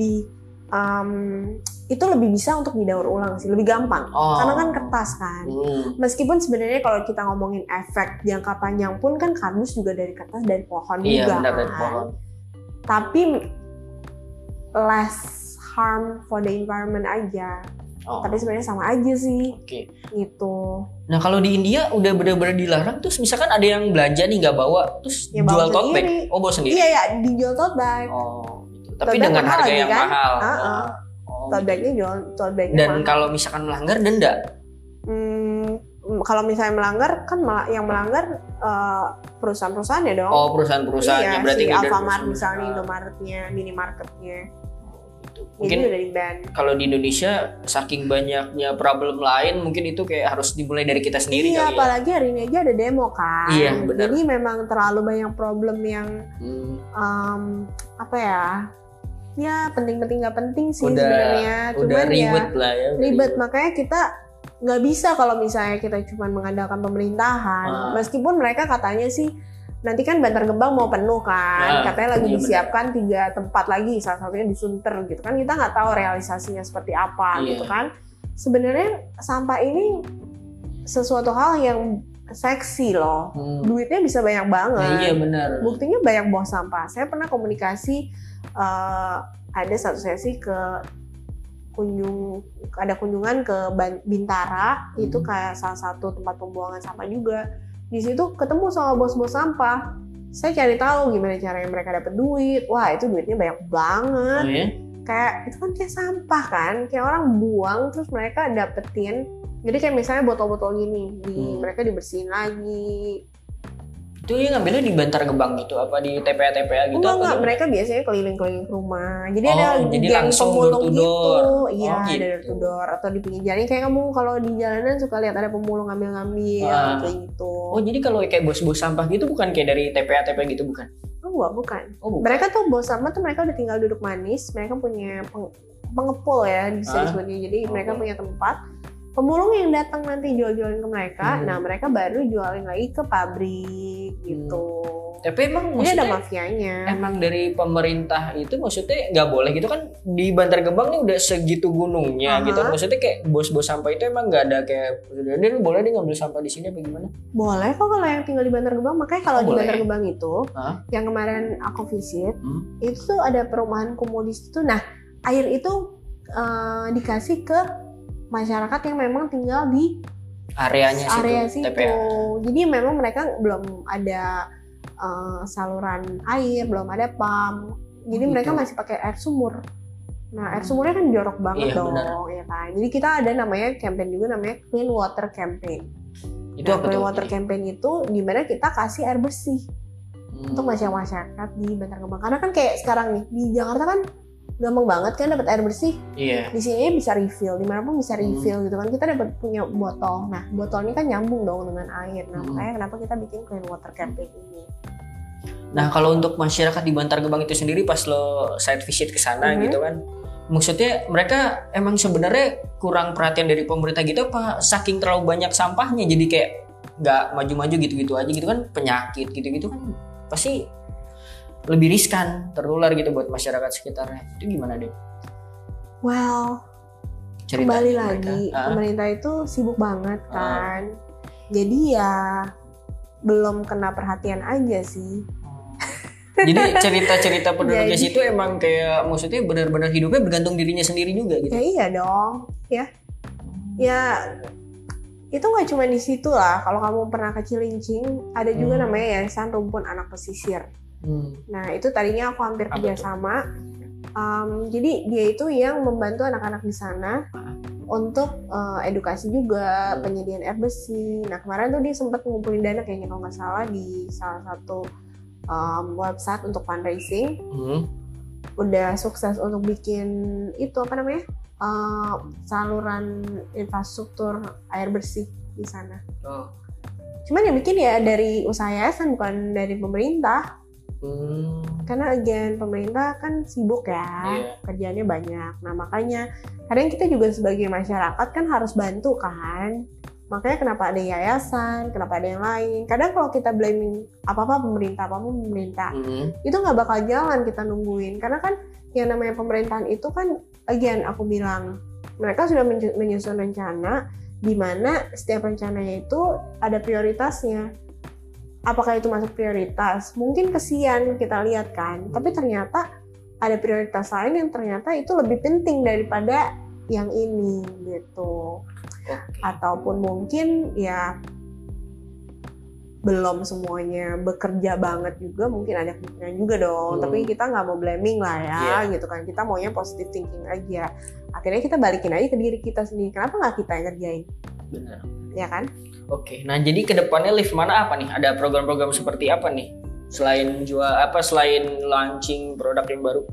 lebih bisa untuk didaur ulang sih, lebih gampang. Karena kan kertas kan. Meskipun sebenarnya kalau kita ngomongin efek jangka panjang pun kan kardus juga dari kertas, dari pohon juga benar, kan. Dari pohon. Tapi less harm for the environment aja. Tapi sebenarnya sama aja sih. Gitu. Nah kalau di India udah benar-benar dilarang, terus misalkan ada yang belanja nih nggak bawa, terus ya, jual tote bag. Bawa sendiri. Iya, dijual tote bag. Gitu. Tapi dengan harga yang kan? Mahal. Tote bagnya jual tote bagnya. Dan kalau misalkan melanggar denda? Kalau misalnya melanggar kan yang melanggar perusahaan-perusahaannya dong. Perusahaan-perusahaannya berarti si Alfamart misalnya, Indomaretnya, minimarketnya. Mungkin kalau di Indonesia saking banyaknya problem lain, mungkin itu kayak harus dimulai dari kita sendiri. Iya, apalagi hari ini aja ada demo kan. Iya, benar. Jadi memang terlalu banyak problem yang ya penting-penting nggak penting sih sebenarnya. Udah ribet lah ya. Ribet, makanya kita nggak bisa kalau misalnya kita cuma mengandalkan pemerintahan. Meskipun mereka katanya sih nanti kan Bantar Gebang mau penuh kan, katanya lagi disiapkan 3 tempat lagi, salah satunya di Sunter gitu kan. Kita nggak tahu realisasinya seperti apa gitu kan. Sebenarnya sampah ini sesuatu hal yang seksi loh, duitnya bisa banyak banget. Iya benar. Buktinya banyak buang sampah. Saya pernah komunikasi, ada satu sesi ada kunjungan ke Bintara, itu kayak salah satu tempat pembuangan sampah juga. Di situ ketemu sama bos-bos sampah. Saya cari tahu gimana caranya mereka dapat duit. Wah, itu duitnya banyak banget. Kayak itu kan kayak sampah kan, kayak orang buang terus mereka dapetin. Jadi kayak misalnya botol-botol gini, mereka dibersihin lagi. Itu ya ngambilnya di Bantar Gebang gitu, apa di TPA gitu? Enggak, mereka biasanya keliling-keliling ke rumah. Jadi ada jadi geng langsung pemulung door to gitu. door. Iya, gitu. ada door to door atau di pinggir jalan. Kayak kamu kalau di jalanan suka lihat ada pemulung ngambil-ngambil kayak gitu. Oh, jadi kalau kayak bos-bos sampah gitu bukan kayak dari TPA gitu bukan? Oh, bukan. Oh, bukan. Mereka tuh bos sampah tuh mereka udah tinggal duduk manis. Mereka punya pengepul ya bisa disebutnya. Jadi mereka punya tempat. Pemulung yang datang nanti jual-jualin ke mereka, nah mereka baru jualin lagi ke pabrik gitu. Tapi emang jadi ada mafianya. Emang dari pemerintah itu maksudnya nggak boleh gitu kan, di Bantar Gebang nih udah segitu gunungnya gitu. Maksudnya kayak bos-bos sampah itu emang nggak ada kayak, dia boleh nih ngambil sampah di sini apa gimana? Boleh kok kalau yang tinggal di Bantar Gebang. Makanya kalau di Bantar Gebang itu, yang kemarin aku visit, itu tuh ada perumahan kumuh di situ. Nah, air itu dikasih ke masyarakat yang memang tinggal di area situ. TPA. Jadi memang mereka belum ada saluran air, belum ada pump. Jadi mereka masih pakai air sumur. Nah, air sumurnya kan jorok banget dong, ya kan. Jadi kita ada namanya campaign juga namanya Clean Water Campaign. Itu Clean Water Campaign itu di mana kita kasih air bersih untuk masyarakat di Bantar Gebang. Karena kan kayak sekarang nih di Jakarta kan gampang banget kan dapat air bersih. Di sini bisa refill, dimanapun bisa refill gitu kan. Kita dapat punya botol. Nah, botolnya kan nyambung dong dengan air. Nah, makanya kenapa kita bikin Clean Water Campaign ini. Nah, kalau untuk masyarakat di Bantar Gebang itu sendiri pas lo site visit ke sana gitu kan, maksudnya mereka emang sebenarnya kurang perhatian dari pemerintah gitu apa saking terlalu banyak sampahnya jadi kayak nggak maju-maju gitu-gitu aja gitu kan, penyakit gitu-gitu kan pasti lebih riskan tertular gitu buat masyarakat sekitarnya. Itu gimana deh? Well, kembali lagi pemerintah itu sibuk banget kan. Jadi ya belum kena perhatian aja sih. Jadi cerita-cerita penduduknya situ emang kayak maksudnya benar-benar hidupnya bergantung dirinya sendiri juga gitu. Ya iya dong, ya. Ya itu nggak cuma di situ lah. Kalau kamu pernah ke Cilincing, ada juga namanya Yayasan Rumpun Anak Pesisir. Nah itu tadinya aku hampir kerjasama. Jadi dia itu yang membantu anak-anak di sana untuk edukasi juga, penyediaan air bersih. Nah kemarin tuh dia sempat ngumpulin dana kayaknya kalau nggak salah di salah satu website untuk fundraising. Udah sukses untuk bikin itu apa namanya saluran infrastruktur air bersih di sana. Cuman yang bikin ya dari usaha yayasan bukan dari pemerintah. Karena again pemerintah kan sibuk ya, kerjaannya banyak. Nah makanya kadang kita juga sebagai masyarakat kan harus bantu kan. Makanya kenapa ada yayasan, kenapa ada yang lain. Kadang kalau kita blaming apa-apa pemerintah, itu nggak bakal jalan kita nungguin. Karena kan yang namanya pemerintahan itu kan, again aku bilang, mereka sudah menyusun rencana di mana setiap rencananya itu ada prioritasnya. Apakah itu masuk prioritas? Mungkin kesian kita lihat kan, tapi ternyata ada prioritas lain yang ternyata itu lebih penting daripada yang ini gitu. Ataupun mungkin ya belum semuanya bekerja banget juga, mungkin ada kemungkinan juga dong. Tapi kita nggak mau blaming lah ya, gitu kan. Kita maunya positive thinking aja. Akhirnya kita balikin aja ke diri kita sendiri. Kenapa nggak kita yang ngerjain? Benar. Ya kan? Oke, nah jadi kedepannya Live Mana apa nih? Ada program-program seperti apa nih? Selain selain launching produk yang baru?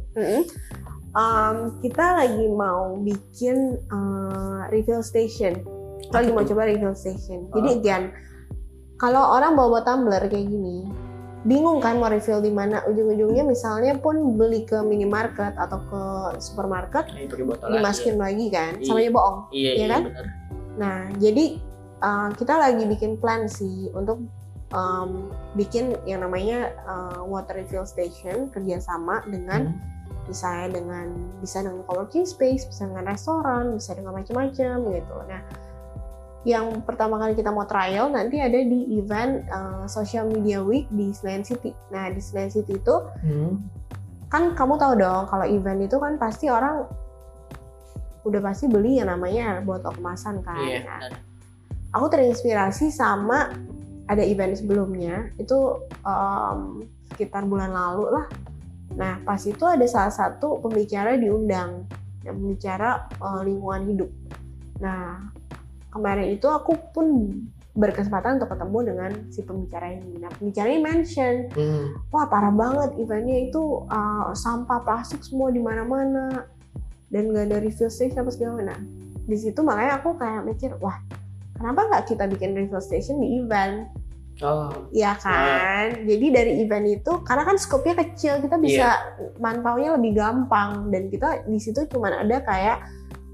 Kita lagi mau bikin refill station. Kita lagi mau coba refill station. Jadi again, kalau orang bawa tumbler kayak gini, bingung kan mau refill di mana? Ujung-ujungnya misalnya pun beli ke minimarket atau ke supermarket, dimasukin lagi kan, sama aja bohong, ya kan? Bener. Nah, jadi kita lagi bikin plan sih untuk bikin yang namanya water refill station kerjasama dengan misalnya bisa dengan coworking space, bisa dengan restoran, bisa dengan macam-macam gitu. Nah, yang pertama kali kita mau trial nanti ada di event Social Media Week di Senayan City. Nah, di Senayan City itu kan kamu tahu dong kalau event itu kan pasti orang udah pasti beli yang namanya botol kemasan kan. Nah, aku terinspirasi sama ada event sebelumnya itu sekitar bulan lalu lah. Nah, pas itu ada salah satu pembicara diundang yang berbicara lingkungan hidup. Nah, kemarin itu aku pun berkesempatan untuk ketemu dengan si pembicara ini. Nah, pembicara ini mention, wah parah banget eventnya itu, sampah plastik semua di mana-mana dan nggak ada refill station apa segala macam. Nah, di situ makanya aku kayak mikir, wah kenapa nggak kita bikin refill station di event? Ya kan, jadi dari event itu karena kan skopnya kecil, kita bisa mantaunya lebih gampang, dan kita di situ cuma ada kayak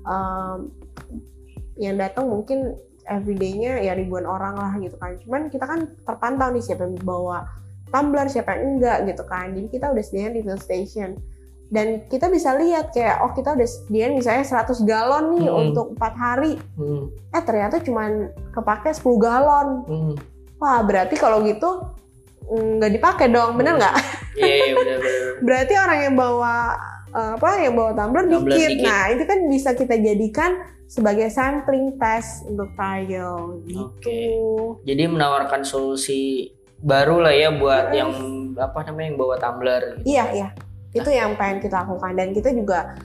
yang datang mungkin everyday-nya ya ribuan orang lah gitu kan. Cuman kita kan terpantau nih siapa yang bawa tumbler, siapa yang enggak gitu kan. Jadi kita udah sediain refill station. Dan kita bisa lihat kayak, oh kita udah sediain misalnya 100 galon nih untuk 4 hari. Ternyata cuman kepake 10 galon. Wah berarti kalau gitu nggak dipakai dong, bener nggak? Iya bener. Berarti orang yang bawa yang bawa tumbler dikit. Nah itu kan bisa kita jadikan sebagai sampling test untuk trial gitu. Jadi menawarkan solusi baru lah ya buat yang yang bawa tumbler. Gitu. Iya. Itu yang pengen kita lakukan, dan kita juga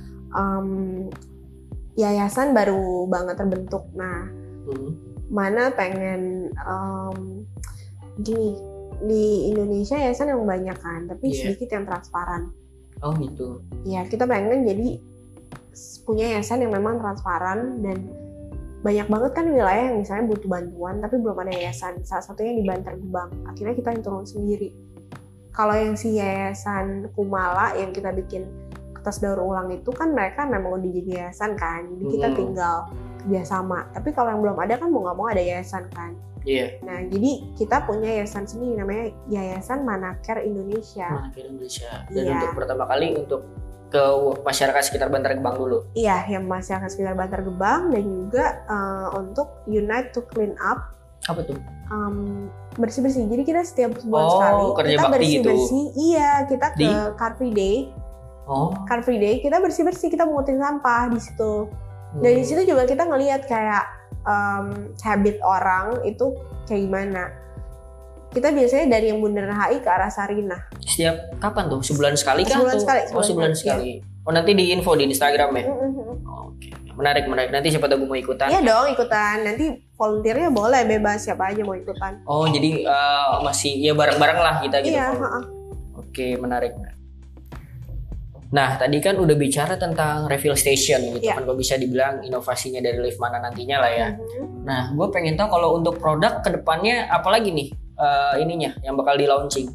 yayasan baru banget terbentuk. Nah, mana pengen gini, di Indonesia yayasan yang banyak kan, tapi sedikit yang transparan. Oh gitu. Ya, kita pengen jadi punya yayasan yang memang transparan, dan banyak banget kan wilayah yang misalnya butuh bantuan tapi belum ada yayasan. Salah satunya di Bantar Gebang. Akhirnya kita yang turun sendiri. Kalau yang si yayasan Kumala yang kita bikin kertas daur ulang itu kan mereka memang udah jadi yayasan kan, jadi kita tinggal kerjasama. Tapi kalau yang belum ada kan mau nggak mau ada yayasan kan. Nah jadi kita punya yayasan sendiri namanya Yayasan Manacare Indonesia. Dan untuk pertama kali untuk ke masyarakat sekitar Bantar Gebang dulu. Iya, yang masyarakat sekitar Bantar Gebang, dan juga untuk Unite to Clean Up. Apa tuh? Bersih-bersih. Jadi kita setiap sebulan sekali kita bersih-bersih. Gitu. Iya, kita ke Car Free Day. Car Free Day kita bersih-bersih, kita mungutin sampah di situ. Dan di situ juga kita ngelihat kayak habit orang itu kayak gimana. Kita biasanya dari yang Bundaran HI ke arah Sarinah. Setiap kapan tuh? Sebulan sekali kah? Sebulan sekali. Oh nanti di info di Instagram ya? Oke. Menarik. Nanti siapa tahu mau ikutan. Iya dong ikutan. Nanti volunteernya boleh, bebas, siapa aja mau ikutan. Oh jadi masih ya bareng-bareng lah kita gitu. Iya. Oke, menarik. Nah tadi kan udah bicara tentang refill station gitu kan, kalau bisa dibilang inovasinya dari Live Mana nantinya lah ya. Nah gue pengen tahu kalau untuk produk kedepannya apalagi nih ininya yang bakal di launching.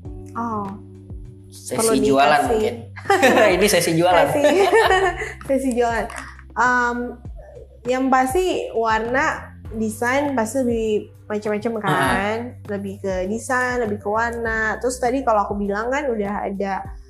Sesi jualan mungkin. Ini sesi jualan. Sesi jualan. Yang pasti warna, desain pasti lebih macam-macam kan. Lebih ke desain, lebih ke warna. Terus tadi kalau aku bilang kan udah ada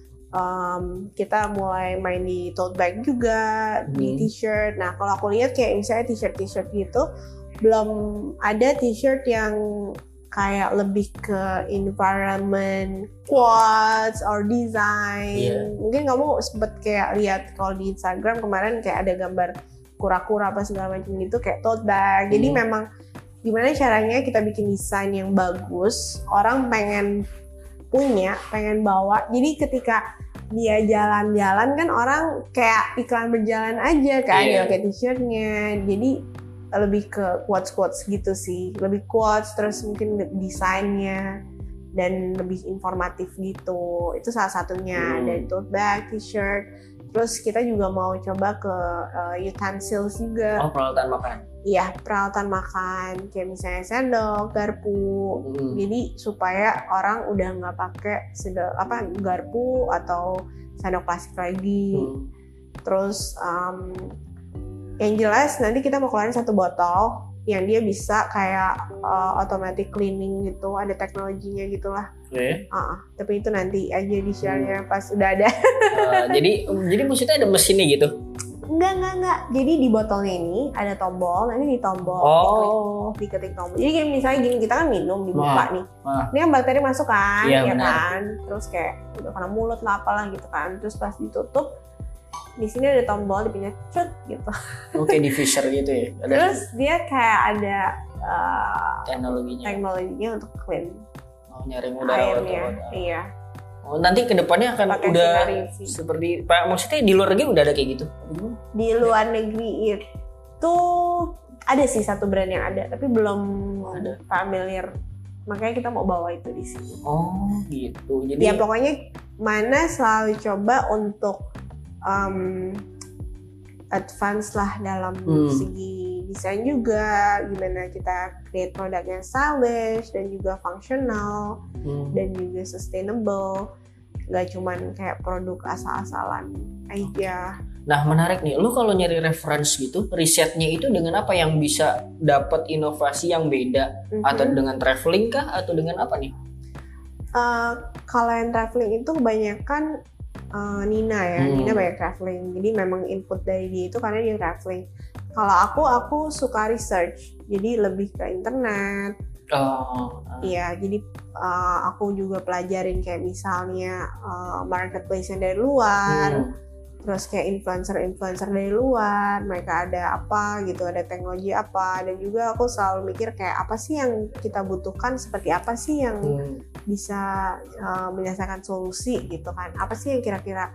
kita mulai main di tote bag juga, di t-shirt. Nah kalau aku lihat kayak misalnya t-shirt gitu, belum ada t-shirt yang kayak lebih ke environment, quotes, or design. Mungkin kamu sempet kayak lihat kalau di Instagram kemarin kayak ada gambar kura-kura apa segala macam gitu kayak tote bag. Jadi memang gimana caranya kita bikin desain yang bagus, orang pengen punya, pengen bawa. Jadi ketika dia jalan-jalan kan orang kayak iklan berjalan aja kan, kayak t-shirtnya. Jadi lebih ke quotes gitu sih, lebih quotes, terus mungkin desainnya dan lebih informatif gitu. Itu salah satunya. Dari tote bag, t-shirt. Terus kita juga mau coba ke utensils juga. Peralatan makan. Iya, peralatan makan kayak misalnya sendok, garpu. Jadi supaya orang udah nggak pakai garpu atau sendok plastik lagi. Terus yang jelas nanti kita mau keluarin satu botol yang dia bisa kayak automatic cleaning gitu, ada teknologinya gitulah. Tapi itu nanti aja di share-nya pas udah ada. Jadi maksudnya ada mesinnya gitu? Enggak. Jadi di botolnya ini ada tombol, nanti ditombol, diketik tombol. Jadi misalnya gini, kita kan minum dibuka nih. Ini kan bakteri masuk kan, ya kan. Terus kayak udah kena mulut lah apalah gitu kan. Terus pas ditutup, di sini ada tombol, dipindah cut gitu. Oke, diffuser gitu ya. Terus dia kayak ada teknologinya untuk clean. Nyaring udara airnya. Iya. Nanti kedepannya akan pakai udah seperti Pak, maksudnya di luar negeri udah ada kayak gitu? Di luar negeri itu Ada sih satu brand yang ada, tapi belum Ada. familiar. Makanya kita mau bawa itu di sini. Oh gitu. Jadi Ya pokoknya Mana selalu coba untuk advance lah dalam segi desain juga, gimana kita create produk yang stylish dan juga functional dan juga sustainable, nggak cuman kayak produk asal-asalan aja. Nah menarik nih, lu kalau nyari reference gitu, risetnya itu dengan apa yang bisa dapat inovasi yang beda? Atau dengan traveling kah? Atau dengan apa nih? Kalau yang traveling itu kebanyakan Nina ya, Nina banyak traveling. Jadi memang input dari dia itu karena dia traveling. Kalau aku suka research, jadi lebih ke internet. Iya, jadi aku juga pelajarin kayak misalnya marketplace yang dari luar. Terus kayak influencer dari luar, mereka ada apa gitu, ada teknologi apa, dan juga aku selalu mikir kayak apa sih yang kita butuhkan, seperti apa sih yang bisa menyelesaikan solusi gitu kan, apa sih yang kira-kira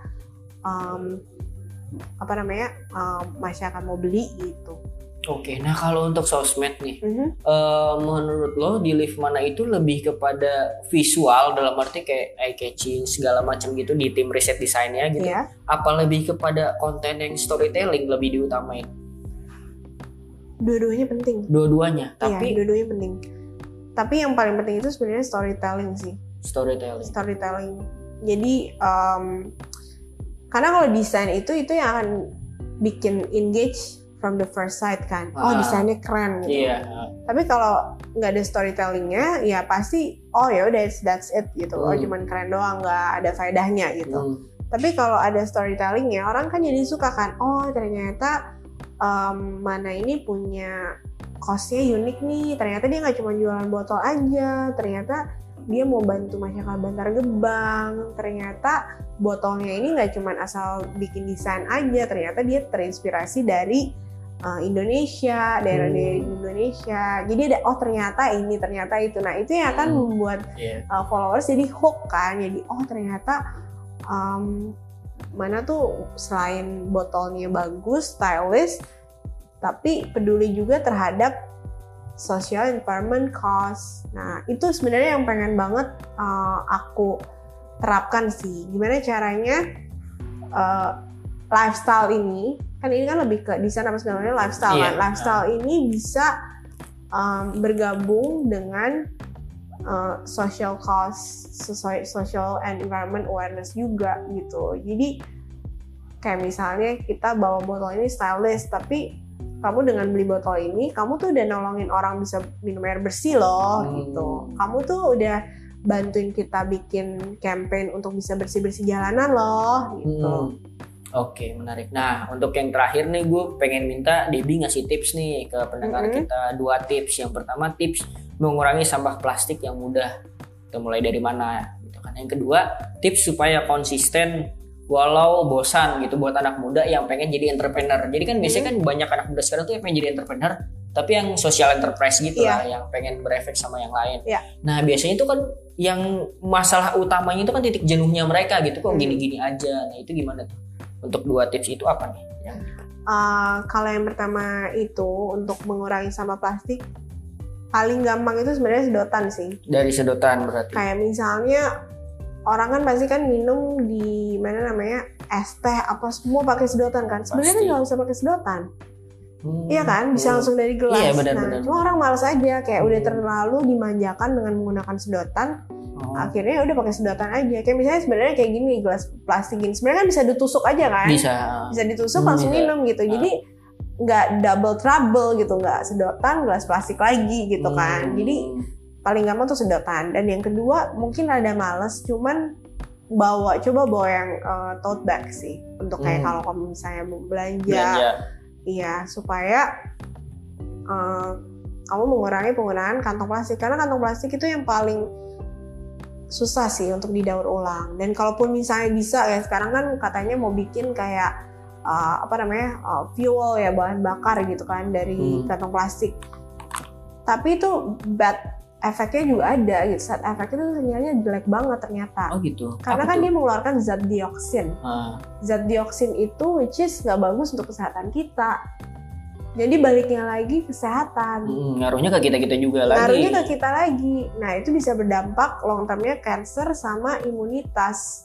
masyarakat mau beli gitu. Oke, nah kalau untuk sosmed nih, menurut lo di Live Mana itu lebih kepada visual dalam arti kayak eye catching segala macam gitu di tim riset desainnya gitu, apa lebih kepada konten yang storytelling lebih diutamain? Dua-duanya penting. Dua-duanya, tapi dua-duanya penting. Tapi yang paling penting itu sebenarnya storytelling sih. Storytelling. Jadi karena kalau desain itu yang akan bikin engage from the first sight kan, desainnya keren gitu. Tapi kalau nggak ada storytellingnya, ya pasti ya udah that's it gitu. Cuman keren doang, nggak ada faedahnya gitu. Tapi kalau ada storytellingnya, orang kan jadi suka kan. Ternyata Mana ini punya cost-nya unik nih. Ternyata dia nggak cuma jualan botol aja. Ternyata dia mau bantu masyarakat Bantar Gebang. Ternyata botolnya ini nggak cuma asal bikin desain aja. Ternyata dia terinspirasi dari Indonesia, daerah-daerah Indonesia. Jadi ada ternyata ini, ternyata itu. Nah itu yang akan membuat followers jadi hook kan. Jadi ternyata Mana tuh selain botolnya bagus, stylish, tapi peduli juga terhadap social environment cost. Nah itu sebenarnya yang pengen banget aku terapkan sih. Gimana caranya lifestyle ini kan lebih ke desain apa sebenarnya lifestyle kan. Lifestyle ini bisa bergabung dengan social cost, social and environment awareness juga gitu. Jadi kayak misalnya kita bawa botol ini stylish, tapi kamu dengan beli botol ini, kamu tuh udah nolongin orang bisa minum air bersih loh gitu. Kamu tuh udah bantuin kita bikin campaign untuk bisa bersih-bersih jalanan loh gitu. Oke, menarik. Nah, untuk yang terakhir nih, gue pengen minta Debbie ngasih tips nih ke pendengar kita. 2 tips. Yang pertama, tips mengurangi sampah plastik yang mudah. Kita mulai dari mana? Gitu kan. Yang kedua, tips supaya konsisten walau bosan gitu buat anak muda yang pengen jadi entrepreneur. Jadi kan biasanya kan banyak anak muda sekarang tuh yang pengen jadi entrepreneur, tapi yang social enterprise gitu lah, yang pengen berefek sama yang lain. Nah, biasanya itu kan yang masalah utamanya itu kan titik jenuhnya mereka gitu, kok gini-gini aja. Nah, itu gimana tuh? Untuk 2 tips itu apa nih? Kalau yang pertama itu untuk mengurangi sampah plastik, paling gampang itu sebenarnya sedotan sih. Dari sedotan berarti? Kayak misalnya orang kan pasti kan minum di mana namanya es teh apa semua pakai sedotan kan. Sebenarnya kan nggak usah pakai sedotan. Iya kan, bisa langsung dari gelas. Iya, benar. Cuma orang malas aja kayak udah terlalu dimanjakan dengan menggunakan sedotan. Akhirnya udah pakai sedotan aja. Kayak misalnya sebenarnya kayak gini gelas plastik gini, sebenarnya kan bisa ditusuk aja kan? Bisa ditusuk langsung minum gitu. Jadi nggak double trouble gitu, nggak sedotan gelas plastik lagi gitu kan. Jadi paling gampang tuh sedotan. Dan yang kedua mungkin ada males, cuman coba bawa yang tote bag sih untuk kayak kalau kamu misalnya mau belanja. Iya, supaya kamu mengurangi penggunaan kantong plastik, karena kantong plastik itu yang paling susah sih untuk didaur ulang. Dan kalaupun misalnya bisa ya, sekarang kan katanya mau bikin kayak fuel ya, bahan bakar gitu kan dari kantong plastik. Tapi itu bad efeknya juga ada gitu. Side efeknya itu ternyata jelek banget ternyata. Oh gitu. Karena kan dia mengeluarkan zat dioksin. Zat dioksin itu which is nggak bagus untuk kesehatan kita. Jadi baliknya lagi kesehatan. Ngaruhnya ke kita juga lagi. Ngaruhnya ke kita lagi. Nah itu bisa berdampak long termnya cancer sama imunitas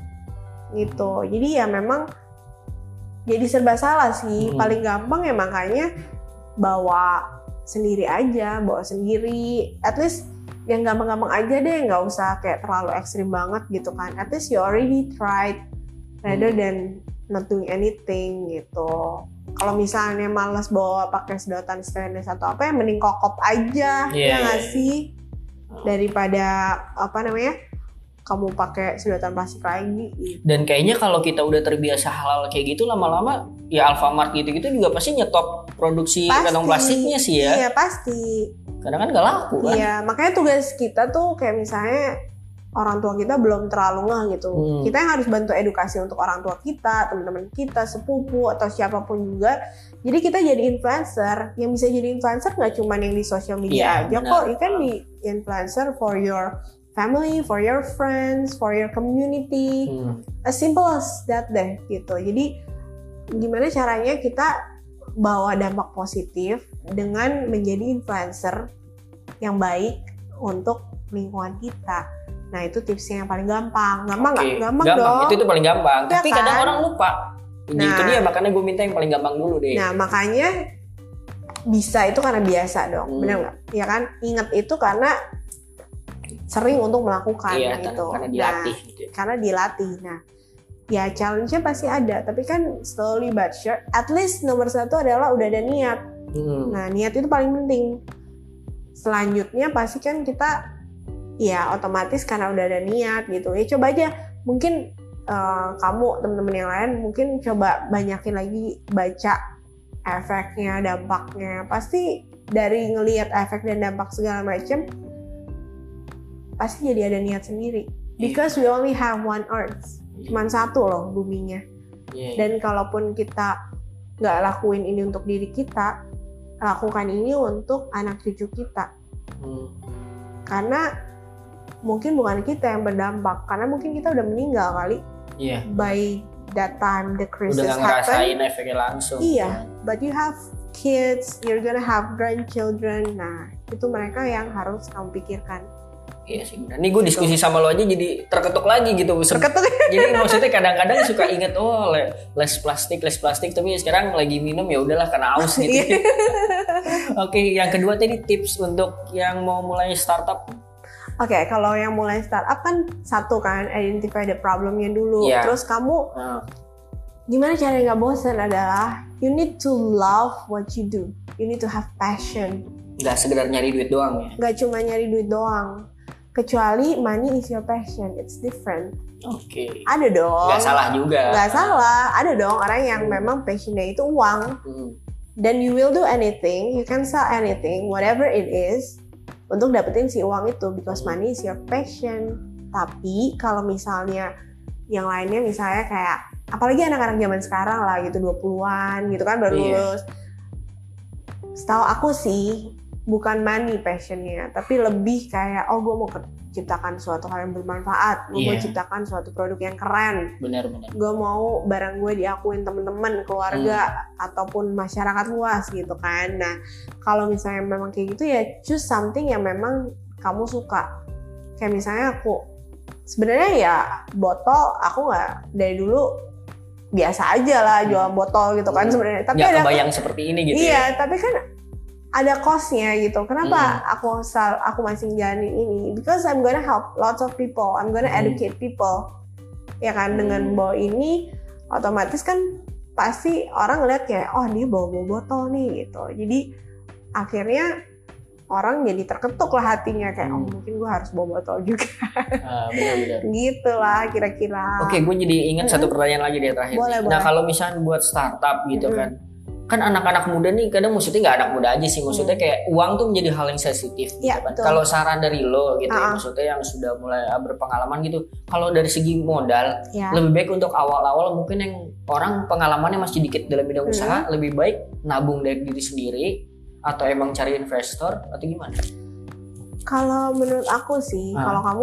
gitu. Jadi ya memang jadi serba salah sih. Paling gampang ya makanya bawa sendiri aja, bawa sendiri. At least yang gampang-gampang aja deh, nggak usah kayak terlalu ekstrim banget gitu kan. At least you already tried rather than not doing anything gitu. Kalau misalnya malas bawa pakai sedotan stainless atau apa, ya mending kokop aja, ya nggak sih? Daripada apa namanya, kamu pakai sedotan plastik lagi. Dan kayaknya kalau kita udah terbiasa halal kayak gitu, lama-lama ya Alfamart gitu-gitu juga pasti nyetop produksi kantong plastiknya sih ya. Iya pasti. Karena kan gak laku kan. Iya, makanya tugas kita tuh kayak misalnya orang tua kita belum terlalu ngeh gitu. Kita yang harus bantu edukasi untuk orang tua kita, teman-teman kita, sepupu atau siapapun juga. Jadi kita jadi influencer. Yang bisa jadi influencer nggak cuma yang di sosial media aja kok. You can be influencer for your family, for your friends, for your community. As simple as that deh gitu. Jadi gimana caranya kita bawa dampak positif dengan menjadi influencer yang baik untuk lingkungan kita. Nah itu tipsnya yang paling gampang. Gampang nggak? Gampang dong. Itu paling gampang. Ya tapi kan? Kadang orang lupa. Itu dia makanya gue minta yang paling gampang dulu deh. Nah makanya bisa itu karena biasa dong. Benar nggak? Ya kan? Ingat itu karena sering untuk melakukan gitu. Karena dilatih. Nah, gitu. Karena dilatih. Nah ya challenge-nya pasti ada. Tapi kan slowly but sure. At least nomor satu adalah udah ada niat. Nah niat itu paling penting. Selanjutnya pasti kan kita ya otomatis karena udah ada niat gitu. Ya coba aja mungkin kamu teman-teman yang lain mungkin coba banyakin lagi baca efeknya, dampaknya. Pasti dari ngelihat efek dan dampak segala macam pasti jadi ada niat sendiri. Because we only have one earth. Cuman satu loh buminya. Dan kalaupun kita nggak lakuin ini untuk diri kita, lakukan ini untuk anak cucu kita. Karena mungkin bukan kita yang berdampak, karena mungkin kita udah meninggal kali. By that time the crisis udah ngerasain efeknya langsung. Iya, but you have kids, you're gonna have grandchildren. Nah, itu mereka yang harus kamu pikirkan. Iya sih. Nah, ini gue diskusi sama lo aja jadi terketuk lagi gitu. Terketuk. Jadi maksudnya kadang-kadang suka inget less plastik, tapi sekarang lagi minum ya udahlah karena aus gitu. Oke, yang kedua tadi tips untuk yang mau mulai startup. Oke, kalau yang mulai startup kan satu kan identify the problemnya dulu. Terus kamu gimana caranya nggak bosan adalah you need to love what you do. You need to have passion. Nggak sekedar nyari duit doang ya? Nggak cuma nyari duit doang. Kecuali money is your passion, it's different. Oke. Ada dong. Nggak salah juga. Nggak salah. Ada dong orang yang memang passionnya itu uang. Dan you will do anything, you can sell anything, whatever it is, untuk dapetin si uang itu. Because money is your passion. Tapi kalau misalnya yang lainnya misalnya kayak, apalagi anak-anak zaman sekarang lah gitu, 20-an gitu kan baru lulus. Setahu aku sih, bukan money passionnya, tapi lebih kayak gue mau ciptakan suatu hal yang bermanfaat, gue mau ciptakan suatu produk yang keren, benar-benar, gue mau barang gue diakuin teman-teman, keluarga ataupun masyarakat luas gitu kan. Nah kalau misalnya memang kayak gitu ya choose something yang memang kamu suka. Kayak misalnya aku sebenarnya ya botol, aku nggak dari dulu biasa aja lah jual botol gitu kan sebenarnya, tapi nggak kebayang seperti ini gitu. Iya, tapi kan ada cost-nya gitu. Kenapa aku masih jalanin ini? Because I'm gonna help lots of people. I'm gonna educate people. Ya kan, dengan bawa ini otomatis kan pasti orang ngeliat kayak dia bawa botol nih gitu. Jadi akhirnya orang jadi terketuk lah hatinya kayak mungkin gue harus bawa botol juga. Benar-benar. Gitu lah kira-kira. Oke, gue jadi ingat satu pertanyaan lagi deh terakhir. Boleh. Nah kalau misalnya buat startup gitu kan anak-anak muda nih kadang maksudnya nggak anak muda aja sih, maksudnya kayak uang tuh menjadi hal yang sensitif gitu kan. Kalau saran dari lo gitu ya, maksudnya yang sudah mulai berpengalaman gitu, kalau dari segi modal lebih baik untuk awal-awal mungkin yang orang pengalamannya masih dikit dalam bidang usaha, lebih baik nabung dari diri sendiri atau emang cari investor atau gimana? Kalau menurut aku sih, kalau kamu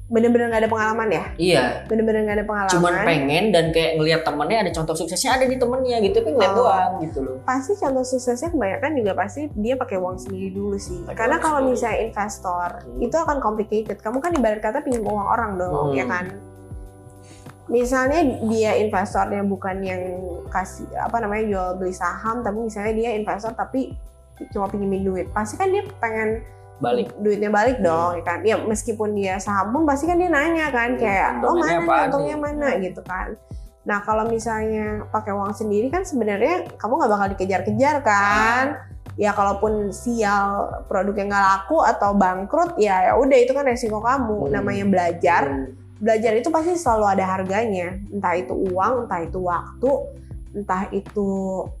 bener-bener nggak ada pengalaman ya? Iya. Bener-bener nggak ada pengalaman. Cuman pengen dan kayak ngelihat temennya ada contoh suksesnya ada di temennya gitu, tapi ngeliat doang gitu loh. Pasti contoh suksesnya kebanyakan juga pasti dia pakai uang sendiri dulu sih. Karena kalau misalnya investor itu akan complicated. Kamu kan ibarat kata pinjam uang orang dong, ya kan? Misalnya dia investornya bukan yang kasih jual beli saham, tapi misalnya dia investor tapi cuma pinjemin duit, pasti kan dia pengen duitnya balik dong, ya kan? Ya meskipun dia saham pun pasti kan dia nanya kan kayak untungnya mana gitu kan. Nah kalau misalnya pakai uang sendiri kan sebenarnya kamu nggak bakal dikejar-kejar kan. Ya kalaupun sial produknya nggak laku atau bangkrut ya udah itu kan resiko kamu. Namanya belajar itu pasti selalu ada harganya, entah itu uang, entah itu waktu, entah itu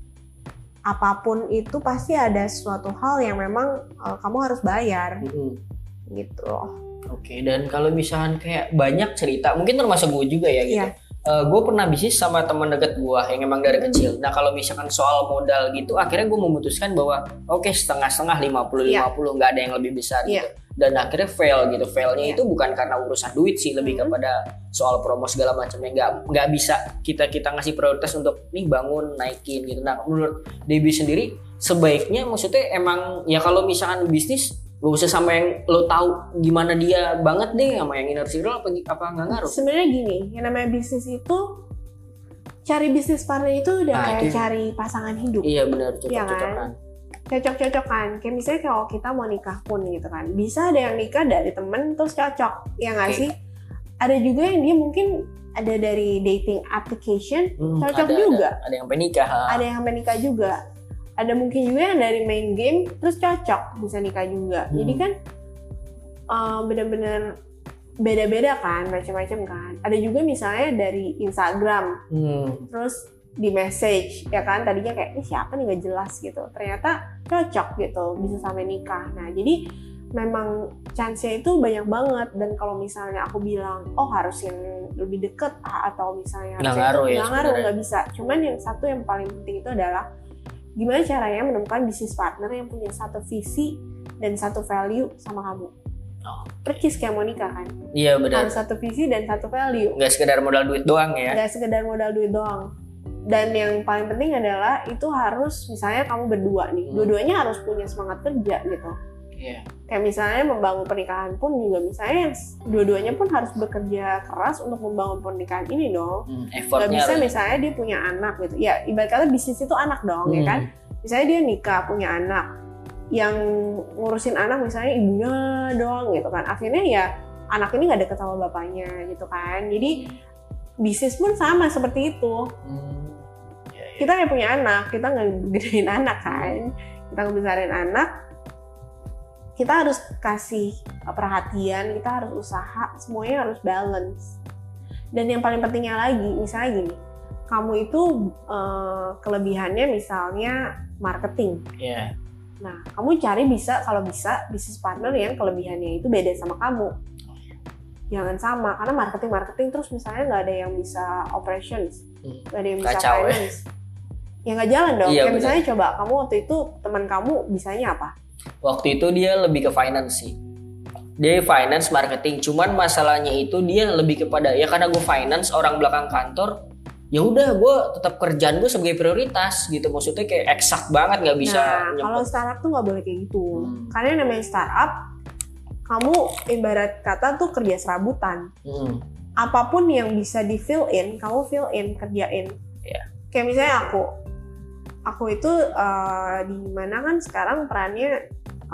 apapun, itu pasti ada suatu hal yang memang kamu harus bayar gitu loh. Oke, dan kalau misalkan kayak banyak cerita, mungkin termasuk gue juga ya gitu. Gue pernah bisnis sama teman dekat gue yang emang dari kecil. Nah kalau misalkan soal modal gitu, akhirnya gue memutuskan bahwa oke, setengah-setengah 50-50, nggak ada yang lebih besar gitu. Dan akhirnya fail gitu. Failnya itu bukan karena urusan duit sih, lebih kepada soal promo segala macamnya. Nggak bisa kita ngasih prioritas untuk nih bangun naikin gitu. Nah menurut Debbie sendiri sebaiknya maksudnya emang ya kalau misalkan bisnis gak usah sama yang lo tahu gimana dia banget deh, sama yang inner circle apa nggak ngaruh? Sebenarnya gini, yang namanya bisnis itu cari bisnis partner itu udah kayak cari pasangan hidup. Iya benar, cocok-cocokan. Cocok-cocokan. Kayak misalnya kalau kita mau nikah pun gitu kan, bisa ada yang nikah dari temen terus cocok, ya nggak sih? Ada juga yang dia mungkin ada dari dating application cocok juga. Ada yang menikah. Ada yang menikah juga. Ada mungkin juga yang dari main game terus cocok bisa nikah juga. Jadi kan benar-benar beda-beda kan, macam-macam kan. Ada juga misalnya dari Instagram, terus di message ya kan, tadinya kayak ini siapa nih nggak jelas gitu, ternyata cocok gitu bisa sampai nikah. Nah jadi memang chance-nya itu banyak banget, dan kalau misalnya aku bilang harus yang lebih deket atau misalnya nggak ngaruh, nggak bisa. Cuman yang satu yang paling penting itu adalah gimana caranya menemukan bisnis partner yang punya satu visi dan satu value sama kamu. Percis kayak mau nikah kan? Iya benar. Harus satu visi dan satu value. Nggak sekedar modal duit doang ya? Nggak sekedar modal duit doang. Dan yang paling penting adalah itu harus misalnya kamu berdua nih, dua-duanya harus punya semangat kerja gitu. Iya. Kayak misalnya membangun pernikahan pun juga misalnya dua-duanya pun harus bekerja keras untuk membangun pernikahan ini dong. Gak bisa misalnya dia punya anak gitu. Ya ibarat kata bisnis itu anak dong ya kan. Misalnya dia nikah punya anak, yang ngurusin anak misalnya ibunya doang gitu kan. Akhirnya ya anak ini gak deket sama bapaknya gitu kan. Jadi bisnis pun sama seperti itu. Kita gak punya anak, kita gak gedein anak kan. Kita ngebesarin anak, kita harus kasih perhatian, kita harus usaha, semuanya harus balance. Dan yang paling pentingnya lagi, misalnya gini, kamu itu kelebihannya misalnya marketing. Nah, kamu cari kalau bisa bisnis partner yang kelebihannya itu beda sama kamu. Jangan sama, karena marketing terus misalnya nggak ada yang bisa operations, nggak ada yang bisa finance. Ya nggak jalan dong. Kayak misalnya coba kamu waktu itu teman kamu bisanya apa? Waktu itu dia lebih ke finance sih. Dia finance marketing, cuman masalahnya itu dia lebih kepada ya karena gue finance orang belakang kantor, ya udah gue tetap kerjaan gue sebagai prioritas gitu. Maksudnya kayak eksak banget nggak bisa. Nah kalau startup tuh nggak boleh kayak gitu. Karena yang namanya startup, kamu ibarat kata tuh kerja serabutan. Apapun yang bisa di fill in, kamu fill in, kerjain. Kayak misalnya aku itu di mana kan sekarang perannya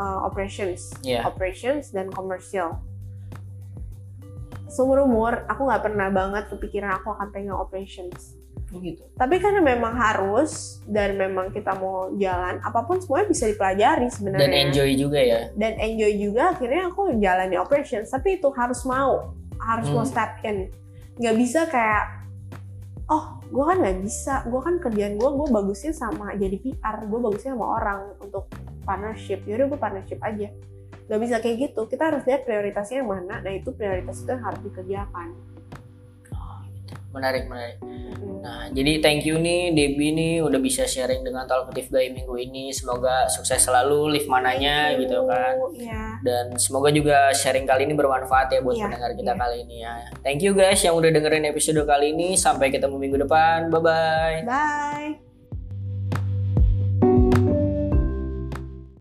operations dan komersial. Seumur umur aku nggak pernah banget kepikiran aku akan pegang operations. Gitu. Tapi karena memang harus dan memang kita mau jalan, apapun semuanya bisa dipelajari sebenarnya. Dan enjoy juga ya. Dan enjoy juga, akhirnya aku jalani operations. Tapi itu harus mau step in. Nggak bisa kayak gue kan nggak bisa, gue kan kerjaan gue bagusnya sama jadi PR, gue bagusnya sama orang untuk partnership, yaudah gue partnership aja. Nggak bisa kayak gitu, kita harus lihat prioritasnya yang mana, nah itu prioritas itu yang harus dikerjakan. Menarik. Nah, jadi thank you nih Debbie nih udah bisa sharing dengan Talkative Guy minggu ini. Semoga sukses selalu live mananya gitu kan. Yeah. Dan semoga juga sharing kali ini bermanfaat ya buat pendengar kita kali ini ya. Thank you guys yang udah dengerin episode kali ini. Sampai ketemu minggu depan. Bye-bye. Bye.